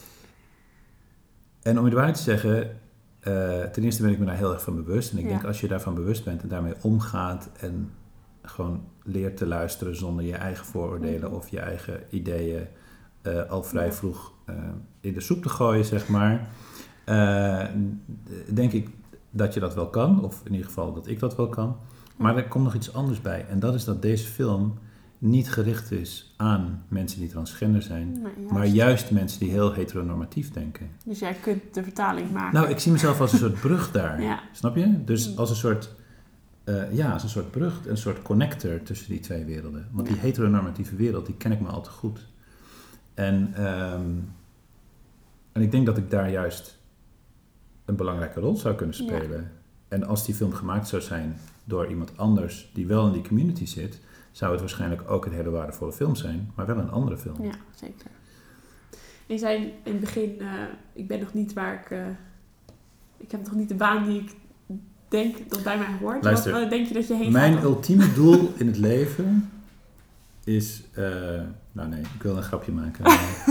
En om je de waarheid te zeggen, uh, ten eerste ben ik me daar heel erg van bewust. En ik ja. denk als je daarvan bewust bent en daarmee omgaat en gewoon leert te luisteren zonder je eigen vooroordelen mm. of je eigen ideeën uh, al vrij ja. vroeg uh, in de soep te gooien, zeg maar. Uh, denk ik dat je dat wel kan, of in ieder geval dat ik dat wel kan. Maar er komt nog iets anders bij. En dat is dat deze film niet gericht is aan mensen die transgender zijn, nee, juist. maar juist mensen die heel heteronormatief denken. Dus jij kunt de vertaling maken. Nou, ik zie mezelf als een soort brug daar. Ja. Snap je? Dus als een soort, uh, ja, als een soort brug, een soort connector tussen die twee werelden. Want ja. die heteronormatieve wereld, die ken ik me al te goed. En, um, en ik denk dat ik daar juist een belangrijke rol zou kunnen spelen. Ja. En als die film gemaakt zou zijn door iemand anders die wel in die community zit, zou het waarschijnlijk ook een hele waardevolle film zijn, maar wel een andere film. Ja, zeker. En je zei in het begin, uh, ik ben nog niet waar ik... Uh, ik heb nog niet de baan die ik denk dat bij mij hoort. Luister, wat, wat denk je dat je heen mijn gaat? ultieme doel in het leven is... Uh, nou nee, ik wil een grapje maken.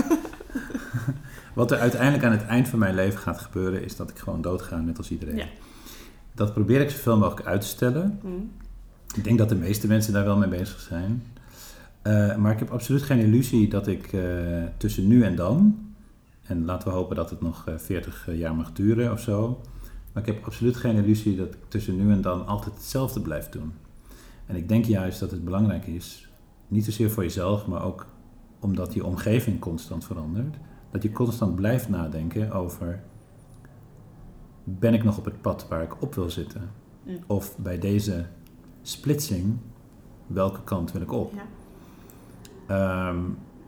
Wat er uiteindelijk aan het eind van mijn leven gaat gebeuren, is dat ik gewoon doodga, net als iedereen. Ja. Dat probeer ik zoveel mogelijk uit te stellen. Mm. Ik denk dat de meeste mensen daar wel mee bezig zijn. Uh, maar ik heb absoluut geen illusie dat ik uh, tussen nu en dan, en laten we hopen dat het nog uh, veertig jaar mag duren of zo, maar ik heb absoluut geen illusie dat ik tussen nu en dan altijd hetzelfde blijf doen. En ik denk juist dat het belangrijk is, niet zozeer voor jezelf, maar ook omdat die omgeving constant verandert, dat je constant blijft nadenken over, ben ik nog op het pad waar ik op wil zitten? Mm. Of bij deze splitsing, welke kant wil ik op? Ja. Um,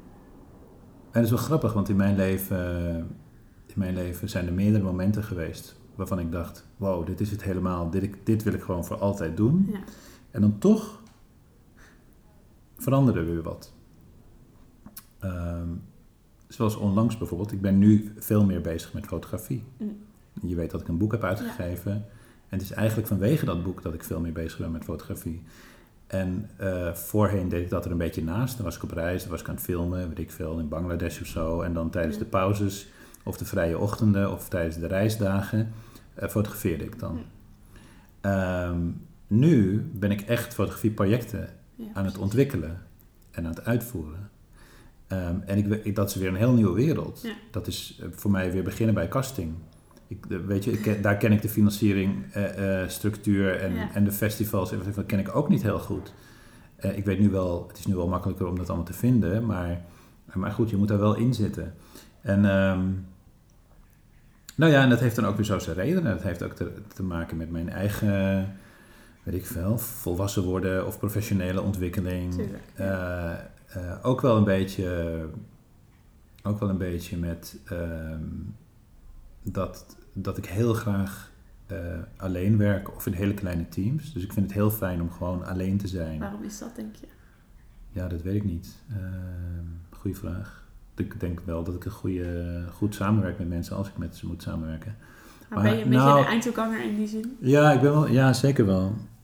en dat is wel grappig, want in mijn leven, in mijn leven zijn er meerdere momenten geweest waarvan ik dacht, wow, dit is het helemaal, dit, dit wil ik gewoon voor altijd doen. Ja. En dan toch veranderde er weer wat. Um, zoals onlangs bijvoorbeeld, ik ben nu veel meer bezig met fotografie. Mm. Je weet dat ik een boek heb uitgegeven. Ja. En het is eigenlijk vanwege dat boek dat ik veel meer bezig ben met fotografie. En uh, voorheen deed ik dat er een beetje naast. Dan was ik op reis, dan was ik aan het filmen, weet ik veel, in Bangladesh of zo. En dan tijdens ja. de pauzes, of de vrije ochtenden, of tijdens de reisdagen, uh, fotografeerde ik dan. Ja. Um, nu ben ik echt fotografieprojecten ja, aan het ontwikkelen en aan het uitvoeren. Um, en ik, ik, dat is weer een heel nieuwe wereld. Ja. Dat is uh, voor mij weer beginnen bij casting. Ik, weet je, ik ken, daar ken ik de financiering, uh, uh, structuur en, ja. en de festivals, en dat ken ik ook niet heel goed. Uh, ik weet nu wel, het is nu wel makkelijker om dat allemaal te vinden, maar, maar goed, je moet daar wel in zitten. En um, nou ja, en dat heeft dan ook weer zo zijn redenen. Dat heeft ook te, te maken met mijn eigen, weet ik veel, volwassen worden of professionele ontwikkeling. Tuurlijk, ja. uh, uh, ook wel een beetje, ook wel een beetje met... Um, Dat, dat ik heel graag uh, alleen werk of in hele kleine teams. Dus ik vind het heel fijn om gewoon alleen te zijn. Waarom is dat, denk je? Ja, dat weet ik niet. Uh, goeie vraag. Ik denk wel dat ik een goede, goed samenwerk met mensen als ik met ze moet samenwerken. Maar, maar ben je een nou, beetje een eindselganger in die zin? Ja, ik ben wel, ja, zeker wel.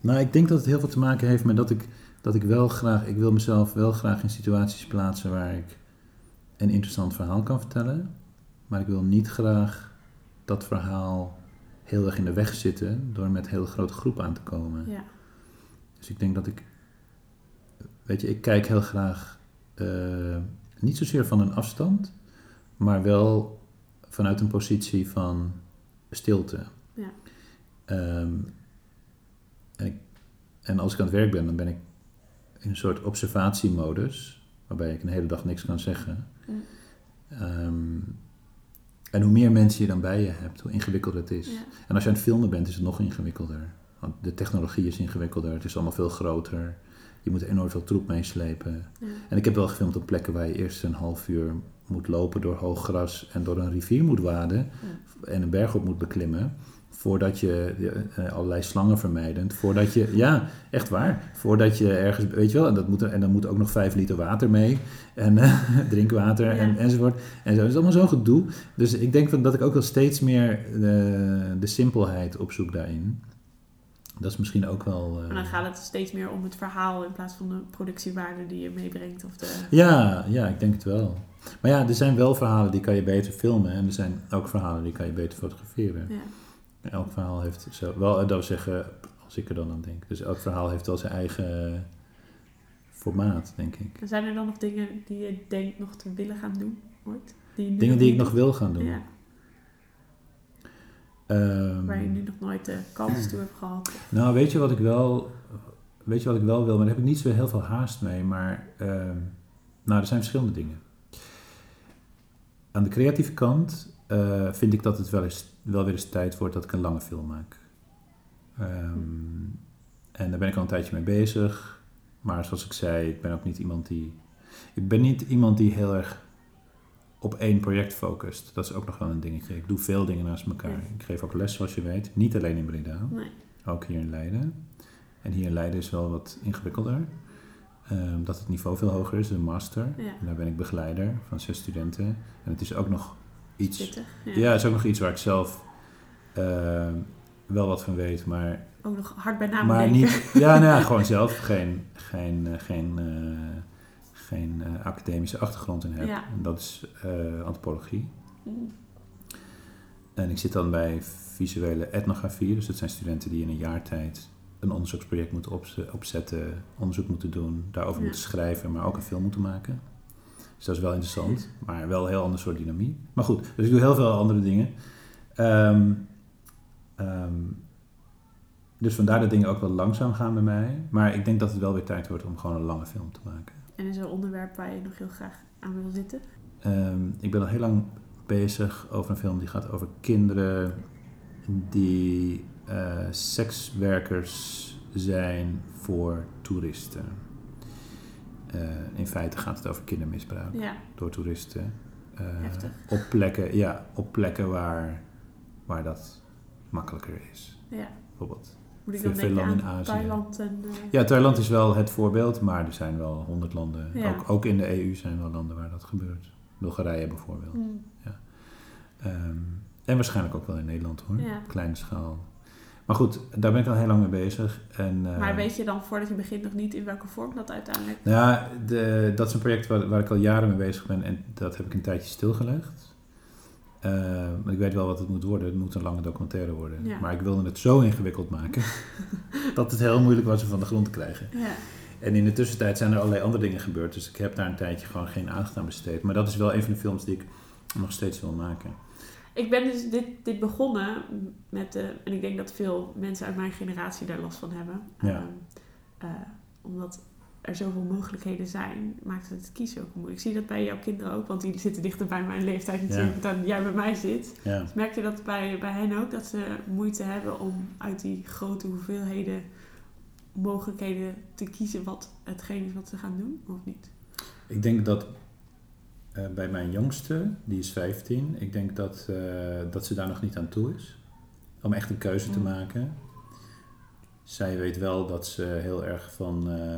Nou, ik denk dat het heel veel te maken heeft met dat ik, dat ik wel graag... Ik wil mezelf wel graag in situaties plaatsen waar ik een interessant verhaal kan vertellen. Maar ik wil niet graag dat verhaal heel erg in de weg zitten door met een hele grote groep aan te komen. Ja. Dus ik denk dat ik... Weet je, ik kijk heel graag... Uh, niet zozeer van een afstand, maar wel vanuit een positie van stilte. Ja. Um, en, ik, en als ik aan het werk ben, dan ben ik in een soort observatiemodus, waarbij ik een hele dag niks kan zeggen. Mm. Um, en hoe meer mensen je dan bij je hebt, hoe ingewikkelder het is. Ja. En als je aan het filmen bent, is het nog ingewikkelder. Want de technologie is ingewikkelder, het is allemaal veel groter. Je moet enorm veel troep meeslepen. Ja. En ik heb wel gefilmd op plekken waar je eerst een half uur moet lopen door hoog gras en door een rivier moet waden ja. en een berg op moet beklimmen. Voordat je uh, allerlei slangen vermijdend, voordat je, ja, echt waar, voordat je ergens, weet je wel, en, dat moet er, en dan moet ook nog vijf liter water mee, en uh, drinkwater ja. en, enzovoort. En zo, dat is allemaal zo'n gedoe. Dus ik denk van, dat ik ook wel steeds meer de, de simpelheid opzoek daarin. Dat is misschien ook wel... Uh... En dan gaat het steeds meer om het verhaal in plaats van de productiewaarde die je meebrengt. Of de... Ja, ja, ik denk het wel. Maar ja, er zijn wel verhalen die kan je beter filmen en er zijn ook verhalen die kan je beter fotograferen. Ja. En elk verhaal heeft zo... Wel, dat wil zeggen, als ik er dan aan denk. Dus elk verhaal heeft wel zijn eigen formaat, denk ik. En zijn er dan nog dingen die je denkt nog te willen gaan doen ooit? Die je dingen die ik nog wil gaan doen? Ja. Um, Waar je nu nog nooit de kans toe hebt gehad? Nou, weet je wat ik wel... Weet je wat ik wel wil? Maar daar heb ik niet zo heel veel haast mee. Maar... Um, nou, er zijn verschillende dingen. Aan de creatieve kant uh, vind ik dat het wel, eens, wel weer eens tijd wordt dat ik een lange film maak. Um, en daar ben ik al een tijdje mee bezig. Maar zoals ik zei, ik ben ook niet iemand die... Ik ben niet iemand die heel erg op één project focust. Dat is ook nog wel een dingetje. Ik doe veel dingen naast elkaar. Ja. Ik geef ook les, zoals je weet. Niet alleen in Breda. Nee. Ook hier in Leiden. En hier in Leiden is wel wat ingewikkelder. Um, dat het niveau veel hoger is, een master. Ja. En daar ben ik begeleider van zes studenten. En het is ook nog iets... Pittig, ja. ja, het is ook nog iets waar ik zelf uh, wel wat van weet, maar... Ook nog hard bij naam maar denken. niet, ja, nou ja, gewoon zelf geen, geen, uh, geen, uh, geen uh, academische achtergrond in heb. Ja. En dat is uh, antropologie. Mm. En ik zit dan bij visuele etnografie. Dus dat zijn studenten die in een jaar tijd een onderzoeksproject moeten opzetten, onderzoek moeten doen, daarover ja. moeten schrijven, maar ook een film moeten maken. Dus dat is wel interessant, maar wel een heel ander soort dynamiek. Maar goed, dus ik doe heel veel andere dingen. Um, um, dus vandaar dat dingen ook wel langzaam gaan bij mij. Maar ik denk dat het wel weer tijd wordt om gewoon een lange film te maken. En is er een onderwerp waar je nog heel graag aan wil zitten? Um, ik ben al heel lang bezig over een film die gaat over kinderen die uh, sekswerkers zijn voor toeristen. Uh, in feite gaat het over kindermisbruik ja. door toeristen. Uh, Heftig. Op plekken, ja, op plekken waar, waar dat makkelijker is. Ja. Bijvoorbeeld Moet ik veel, dan veel denken landen aan in Azië. Thailand en... Uh... Ja, Thailand is wel het voorbeeld, maar er zijn wel honderd landen. Ja. Ook, ook in de E U zijn wel landen waar dat gebeurt. Bulgarije bijvoorbeeld. Mm. Ja. Um, en waarschijnlijk ook wel in Nederland hoor, ja. op kleine schaal. Maar goed, daar ben ik al heel lang mee bezig. En, uh, maar weet je dan voordat je begint nog niet in welke vorm dat uiteindelijk... Nou ja, de, dat is een project waar, waar ik al jaren mee bezig ben en dat heb ik een tijdje stilgelegd. Uh, maar ik weet wel wat het moet worden. Het moet een lange documentaire worden. Ja. Maar ik wilde het zo ingewikkeld maken dat het heel moeilijk was om van de grond te krijgen. Ja. En in de tussentijd zijn er allerlei andere dingen gebeurd. Dus ik heb daar een tijdje gewoon geen aandacht aan besteed. Maar dat is wel een van de films die ik nog steeds wil maken. Ik ben dus dit, dit begonnen met de... En ik denk dat veel mensen uit mijn generatie daar last van hebben. Ja. Um, uh, omdat er zoveel mogelijkheden zijn, maakt het het kiezen ook moeilijk. Ik zie dat bij jouw kinderen ook, want die zitten dichter bij mijn leeftijd natuurlijk ja. dan jij bij mij zit. Ja. Dus merk je dat bij, bij hen ook, dat ze moeite hebben om uit die grote hoeveelheden mogelijkheden te kiezen wat hetgeen is wat ze gaan doen, of niet? Ik denk dat uh, bij mijn jongste, die is vijftien, ik denk dat, uh, dat ze daar nog niet aan toe is. Om echt een keuze mm. te maken. Zij weet wel dat ze heel erg van... Uh,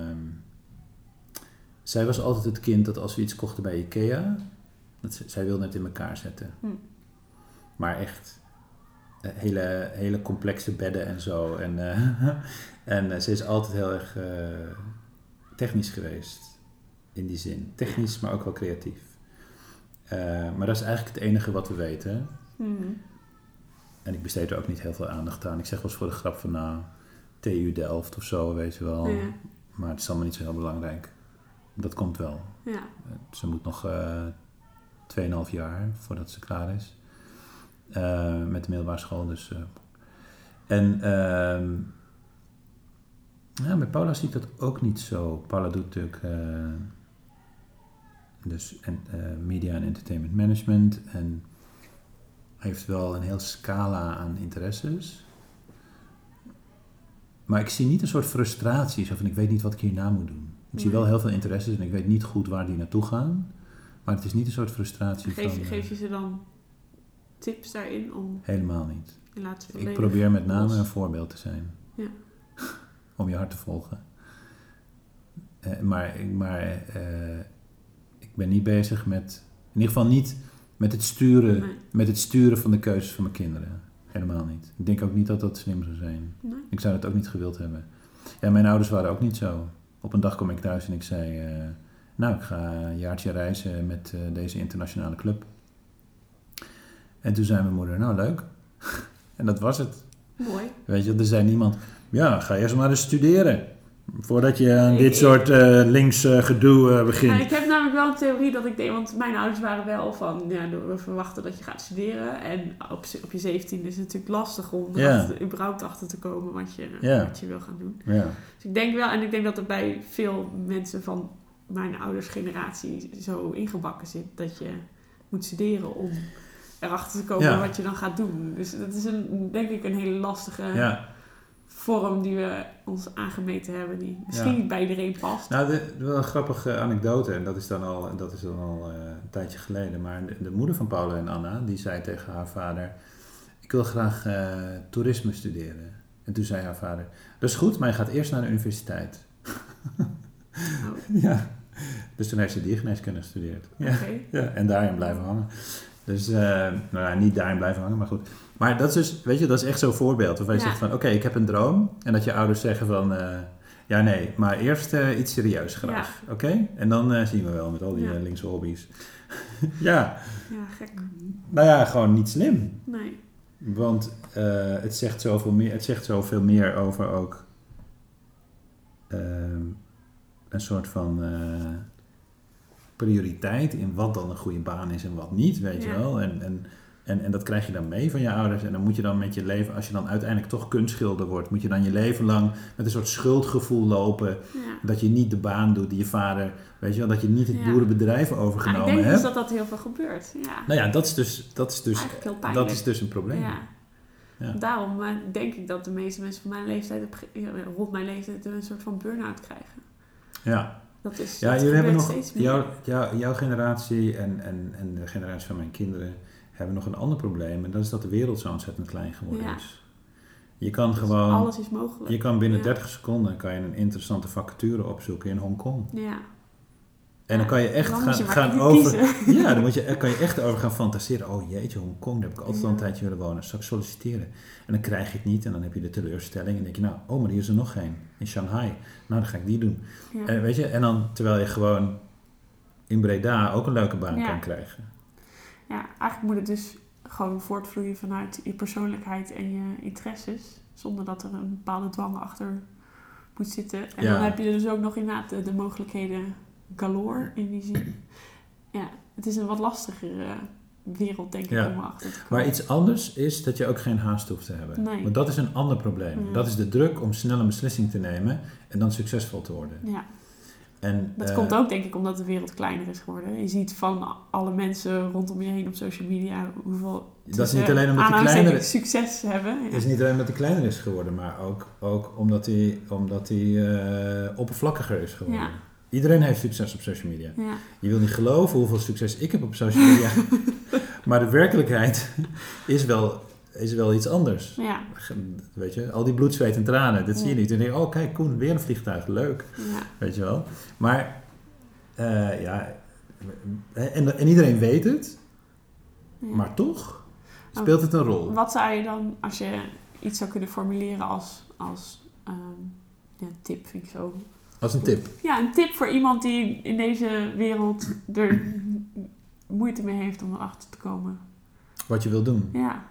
zij was altijd het kind dat als we iets kochten bij Ikea, dat ze, zij wilde het in elkaar zetten. Hm. Maar echt hele, hele complexe bedden en zo. En, uh, en uh, ze is altijd heel erg uh, technisch geweest. In die zin. Technisch, maar ook wel creatief. Uh, maar dat is eigenlijk het enige wat we weten. Mm-hmm. En ik besteed er ook niet heel veel aandacht aan. Ik zeg wel eens voor de grap van, nou, T U Delft of zo, weet je wel. Ja. Maar het is allemaal niet zo heel belangrijk. Dat komt wel. Ja. Ze moet nog uh, tweeënhalf jaar voordat ze klaar is. Uh, met de middelbare school. Dus, uh. En uh, ja, bij Paula zie ik dat ook niet zo. Paula doet natuurlijk uh, dus, en, uh, media en entertainment management. En heeft wel een heel scala aan interesses. Maar ik zie niet een soort frustratie. Zo van, ik weet niet wat ik hierna moet doen. Ik zie wel heel veel interesses en ik weet niet goed waar die naartoe gaan. Maar het is niet een soort frustratie Geef, van... geef je ze dan tips daarin om... Helemaal niet. Ik probeer met name een voorbeeld te zijn. Ja. Om je hart te volgen. Uh, maar maar uh, ik ben niet bezig met... In ieder geval niet met het sturen, nee. met het sturen van de keuzes van mijn kinderen. Helemaal niet. Ik denk ook niet dat dat slim zou zijn. Nee. Ik zou dat ook niet gewild hebben. Ja, mijn ouders waren ook niet zo. Op een dag kom ik thuis en ik zei... Uh, nou, ik ga een jaartje reizen met uh, deze internationale club. En toen zei mijn moeder, nou leuk. En dat was het. Mooi. Weet je, er zei niemand... Ja, ga eerst maar eens studeren. Voordat je aan dit ik, soort uh, links uh, gedoe uh, begint. Ja, ik heb namelijk wel een theorie dat ik deed... Want mijn ouders waren wel van... Ja, we verwachten dat je gaat studeren. En op, op je zeventiende is het natuurlijk lastig om ja. er überhaupt achter te komen wat je, ja. wat je wil gaan doen. Ja. Dus ik denk wel... En ik denk dat er bij veel mensen van mijn ouders generatie zo ingebakken zit. Dat je moet studeren om erachter te komen ja. wat je dan gaat doen. Dus dat is een, denk ik een hele lastige... Ja. vorm die we ons aangemeten hebben, die misschien ja. niet bij iedereen past. Nou, de, wel een grappige anekdote, en dat is dan al, dat is dan al uh, een tijdje geleden, maar de, de moeder van Paula en Anna, die zei tegen haar vader, ik wil graag uh, toerisme studeren. En toen zei haar vader, dat is goed, maar je gaat eerst naar de universiteit. Oh. Ja, dus toen heeft ze diergeneeskunde gestudeerd. Ja. Okay. Ja, en daarin blijven hangen. Dus, uh, nou ja, niet daarin blijven hangen, maar goed. Maar dat is dus, weet je, dat is echt zo'n voorbeeld. Waarvan je ja. zegt van, oké, okay, ik heb een droom. En dat je ouders zeggen van, uh, ja nee, maar eerst uh, iets serieus graag. Ja. Oké? Okay? En dan uh, zien we wel met al die ja. uh, linkse hobby's. ja. Ja, gek. Nou ja, gewoon niet slim. Nee. Want uh, het zegt zoveel meer, het zegt zoveel meer over ook uh, een soort van... Uh, prioriteit in wat dan een goede baan is en wat niet, weet ja. je wel. En, en, en, en dat krijg je dan mee van je ouders. En dan moet je dan met je leven, als je dan uiteindelijk toch kunstschilder wordt, moet je dan je leven lang met een soort schuldgevoel lopen. Ja. Dat je niet de baan doet die je vader, weet je wel, dat je niet het ja. boerenbedrijf overgenomen hebt. Ik denk hebt. dus dat dat heel veel gebeurt. Ja. Nou ja, dat is dus, dat is dus, dat is dus een probleem. Ja. Ja. Daarom uh, denk ik dat de meeste mensen van mijn leeftijd, op, rond mijn leeftijd, een soort van burn-out krijgen. Ja. Dat is, ja, dat jullie hebben nog, steeds meer. Jouw, jouw, jouw generatie en, en, en de generatie van mijn kinderen hebben nog een ander probleem. En dat is dat de wereld zo ontzettend klein geworden ja. is. Je kan gewoon... Alles is mogelijk. Je kan binnen ja. dertig seconden kan je een interessante vacature opzoeken in Hongkong. Ja. En dan kan je echt dan gaan, je gaan over... Ja, dan moet je, kan je echt over gaan fantaseren. Oh jeetje, Hongkong, daar heb ik altijd ja. al een tijdje willen wonen. Zal ik solliciteren? En dan krijg je het niet en dan heb je de teleurstelling. En dan denk je, nou, oh, maar hier is er nog geen. In Shanghai. Nou, dan ga ik die doen. Ja. En, weet je, en dan terwijl je gewoon in Breda ook een leuke baan ja. kan krijgen. Ja, eigenlijk moet het dus gewoon voortvloeien vanuit je persoonlijkheid en je interesses. Zonder dat er een bepaalde dwang achter moet zitten. En ja. dan heb je dus ook nog inderdaad de, de mogelijkheden... galore in die zin. Ja, het is een wat lastigere wereld, denk ik, ja. om achter te komen. Maar iets anders is dat je ook geen haast hoeft te hebben. Nee. Want dat is een ander probleem. Ja. Dat is de druk om snel een beslissing te nemen en dan succesvol te worden. Ja. En, dat uh, komt ook, denk ik, omdat de wereld kleiner is geworden. Je ziet van alle mensen rondom je heen op social media hoeveel dat is niet alleen omdat die kleiner succes hebben. Ja. Het is niet alleen omdat hij kleiner is geworden, maar ook, ook omdat hij omdat hij uh, oppervlakkiger is geworden. Ja. Iedereen heeft succes op social media. Ja. Je wil niet geloven hoeveel succes ik heb op social media. Maar de werkelijkheid is wel, is wel iets anders. Ja. Weet je, al die bloed, zweet en tranen, dat ja. zie je niet. En dan denk je, oh kijk Koen, weer een vliegtuig, leuk. Ja. Weet je wel. Maar, uh, ja, en, en iedereen weet het. Ja. Maar toch... Speelt het een rol? Wat zou je dan, als je iets zou kunnen formuleren als, als um, ja, tip, vind ik zo. Als een tip? Ja, een tip voor iemand die in deze wereld er moeite mee heeft om erachter te komen. Wat je wil doen? Ja.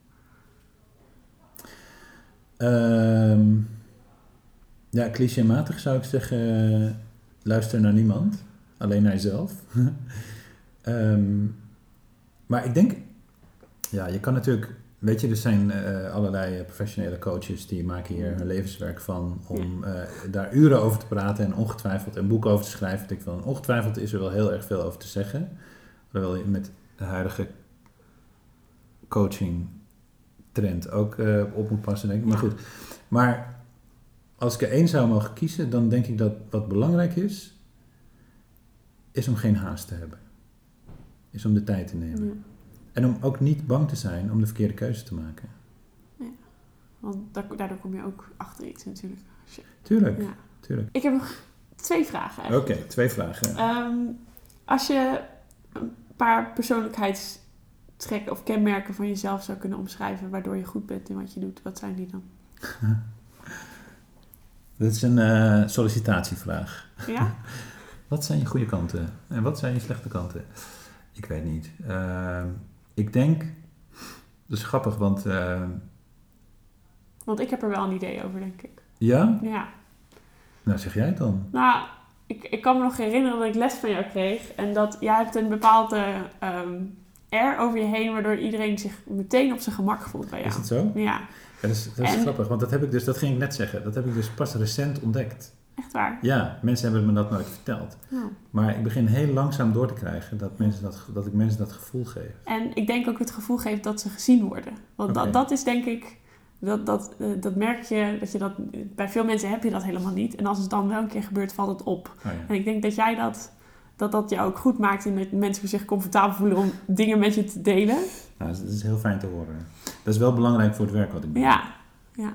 Um, ja, clichématig zou ik zeggen, uh, luister naar niemand. Alleen naar jezelf. um, maar ik denk, ja, je kan natuurlijk, weet je, er zijn uh, allerlei professionele coaches die maken hier hun levenswerk van om uh, daar uren over te praten en ongetwijfeld een boek over te schrijven. Ik van, ongetwijfeld is er wel heel erg veel over te zeggen. Terwijl je met de huidige coaching trend ook uh, op moet passen, denk ik. Maar goed, maar als ik er één zou mogen kiezen, dan denk ik dat wat belangrijk is, is om geen haast te hebben. Is om de tijd te nemen. Ja. En om ook niet bang te zijn om de verkeerde keuze te maken. Ja, want daardoor kom je ook achter iets natuurlijk. Je... Tuurlijk, ja. tuurlijk. Ik heb nog twee vragen eigenlijk. Oké, okay, twee vragen. Um, als je een paar persoonlijkheidstrekken of kenmerken van jezelf zou kunnen omschrijven, waardoor je goed bent in wat je doet, wat zijn die dan? Dat is een uh, sollicitatievraag. Ja? Wat zijn je goede kanten en wat zijn je slechte kanten? Ik weet niet. Uh, ik denk, dat is grappig, want... Uh, want ik heb er wel een idee over, denk ik. Ja? Ja. Nou, zeg jij het dan. Nou, ik, ik kan me nog herinneren dat ik les van jou kreeg. En dat jij hebt een bepaalde um, air over je heen, waardoor iedereen zich meteen op zijn gemak voelt bij jou. Is het zo? Ja. Ja, dat is, dat is en, grappig, want dat heb ik dus, dat ging ik net zeggen, dat heb ik dus pas recent ontdekt. Echt waar? Ja, mensen hebben me dat nooit verteld. Oh. Maar ik begin heel langzaam door te krijgen dat, mensen dat, dat ik mensen dat gevoel geef. En ik denk ook het gevoel geeft dat ze gezien worden. Want okay. dat, dat is denk ik, dat, dat, uh, dat merk je, dat je dat, bij veel mensen heb je dat helemaal niet. En als het dan wel een keer gebeurt, valt het op. Oh, ja. En ik denk dat jij dat, dat dat jou ook goed maakt en dat mensen zich comfortabel voelen om dingen met je te delen. Nou, dat is heel fijn te horen. Dat is wel belangrijk voor het werk wat ik doe. Ja, ja.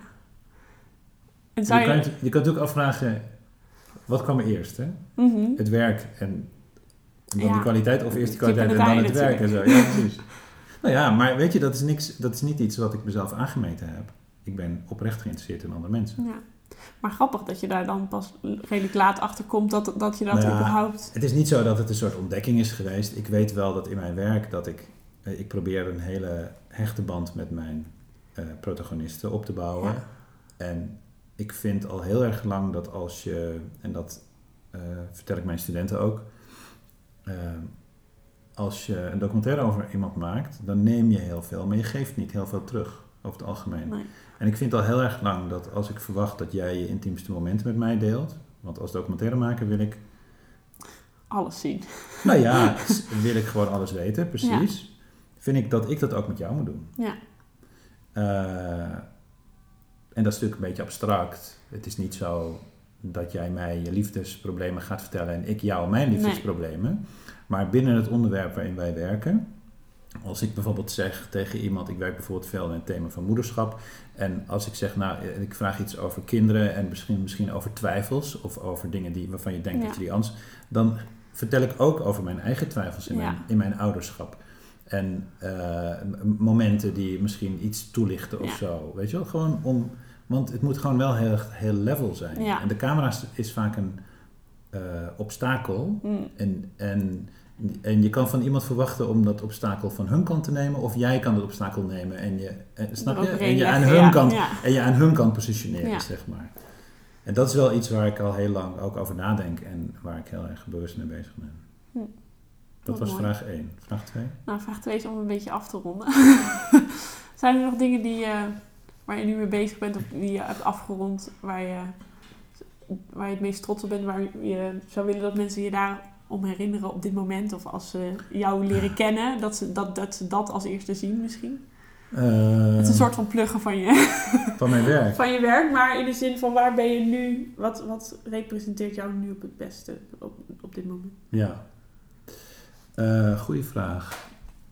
En zou je, je, kan, je kan natuurlijk afvragen, wat kwam er eerst, hè? Mm-hmm. Het werk en dan ja. die kwaliteit, of eerst die kwaliteit en dan het natuurlijk. werk en zo. Ja, precies. Nou ja, maar weet je, dat is, niks, dat is niet iets wat ik mezelf aangemeten heb. Ik ben oprecht geïnteresseerd in andere mensen. Ja. Maar grappig dat je daar dan pas redelijk laat achter komt dat, dat je dat nou ja, überhaupt... Het is niet zo dat het een soort ontdekking is geweest. Ik weet wel dat in mijn werk dat ik... Ik probeer een hele hechte band met mijn uh, protagonisten op te bouwen. Ja. En ik vind al heel erg lang dat als je... En dat uh, vertel ik mijn studenten ook. Uh, als je een documentaire over iemand maakt, dan neem je heel veel. Maar je geeft niet heel veel terug, over het algemeen. Nee. En ik vind al heel erg lang dat als ik verwacht dat jij je intiemste momenten met mij deelt... Want als documentairemaker wil ik... Alles zien. Nou ja, wil ik gewoon alles weten, precies. Ja. Vind ik dat ik dat ook met jou moet doen. Ja. Uh, en dat is natuurlijk een beetje abstract. Het is niet zo dat jij mij je liefdesproblemen gaat vertellen en ik jou mijn liefdesproblemen. Nee. Maar binnen het onderwerp waarin wij werken, als ik bijvoorbeeld zeg tegen iemand, ik werk bijvoorbeeld veel in het thema van moederschap. En als ik zeg, nou, ik vraag iets over kinderen en misschien, misschien over twijfels of over dingen die, waarvan je denkt ja. dat je die anders... Dan vertel ik ook over mijn eigen twijfels in, ja. mijn, in mijn ouderschap. En uh, momenten die misschien iets toelichten of ja. zo. Weet je wel, gewoon om... Want het moet gewoon wel heel, heel level zijn. Ja. En de camera is vaak een uh, obstakel. Mm. En, en, en je kan van iemand verwachten om dat obstakel van hun kant te nemen. Of jij kan dat obstakel nemen en je, en, snap je? En je, aan hun ja. kant, Ja. en je aan hun kant positioneren, ja. zeg maar. En dat is wel iets waar ik al heel lang ook over nadenk. En waar ik heel erg bewust mee bezig ben. Hm. Dat was mooi. Vraag één. Vraag twee? Nou, vraag twee is om een beetje af te ronden. Zijn er nog dingen die, uh, waar je nu mee bezig bent of die je hebt afgerond, waar je, waar je het meest trots op bent, waar je zou willen dat mensen je daarom herinneren op dit moment? Of als ze jou leren kennen, dat ze dat, dat, ze dat als eerste zien misschien? Uh, het is een soort van pluggen van je, van mijn werk. Van je werk, maar in de zin van waar ben je nu, wat, wat representeert jou nu op het beste op, op dit moment? Ja. Uh, goeie vraag.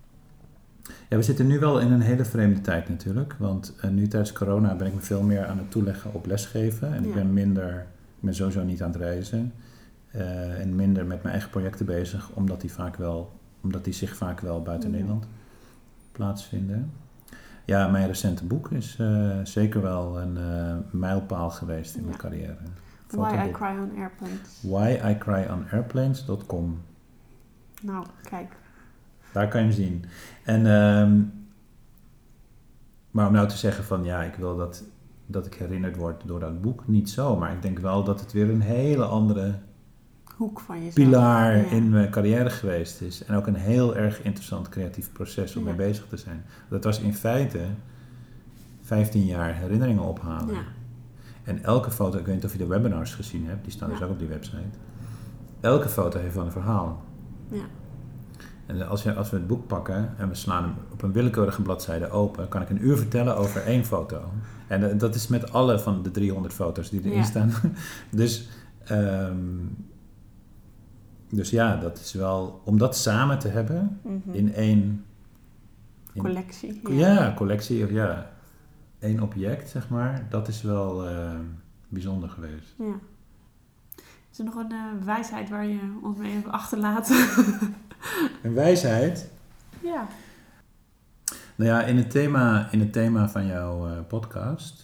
Ja, we zitten nu wel in een hele vreemde tijd natuurlijk. Want uh, nu tijdens corona ben ik me veel meer aan het toeleggen op lesgeven. En ja. ik ben minder, ik ben sowieso niet aan het reizen. Uh, en minder met mijn eigen projecten bezig. Omdat die, vaak wel, omdat die zich vaak wel buiten mm. Nederland plaatsvinden. Ja, mijn recente boek is uh, zeker wel een uh, mijlpaal geweest in ja. mijn carrière. Why I Cry on Airplanes. Why I Cry on Airplanes dot com. Nou, kijk. Daar kan je hem zien. En, um, maar om nou te zeggen van ja, ik wil dat, dat ik herinnerd word door dat boek, niet zo. Maar ik denk wel dat het weer een hele andere hoek van jezelf. Pilaar ja. in mijn carrière geweest is. En ook een heel erg interessant creatief proces om ja. mee bezig te zijn. Dat was in feite vijftien jaar herinneringen ophalen. Ja. En elke foto, ik weet niet of je de webinars gezien hebt, die staan ja. dus ook op die website. Elke foto heeft wel een verhaal. Ja. En als, je, als we het boek pakken en we slaan hem op een willekeurige bladzijde open, kan ik een uur vertellen over één foto. En dat is met alle van de driehonderd foto's die erin ja. staan. dus, um, dus ja, dat is wel, om dat samen te hebben mm-hmm. in één... In, collectie. Ja, ja collectie of ja, één object, zeg maar. Dat is wel uh, bijzonder geweest. Ja. Is er nog een uh, wijsheid waar je ons mee hebt achterlaten? Een wijsheid? Ja. Nou ja, in het thema, in het thema van jouw uh, podcast...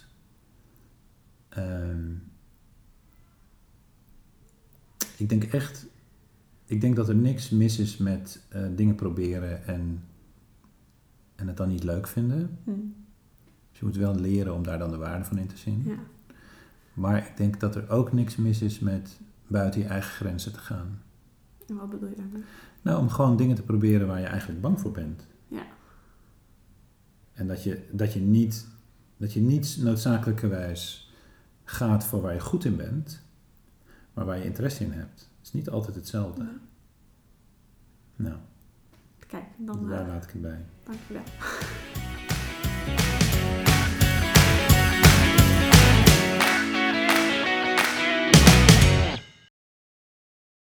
Um, ik denk echt... Ik denk dat er niks mis is met uh, dingen proberen en, en het dan niet leuk vinden. Hmm. Dus je moet wel leren om daar dan de waarde van in te zien. Ja. Maar ik denk dat er ook niks mis is met buiten je eigen grenzen te gaan. En wat bedoel je daarmee? Nou, om gewoon dingen te proberen waar je eigenlijk bang voor bent. Ja. En dat je, dat je niet, dat je niet noodzakelijkerwijs gaat voor waar je goed in bent, maar waar je interesse in hebt. Het is niet altijd hetzelfde. Ja. Nou. Kijk, dan... Daar uh, laat ik het bij. Dank je wel.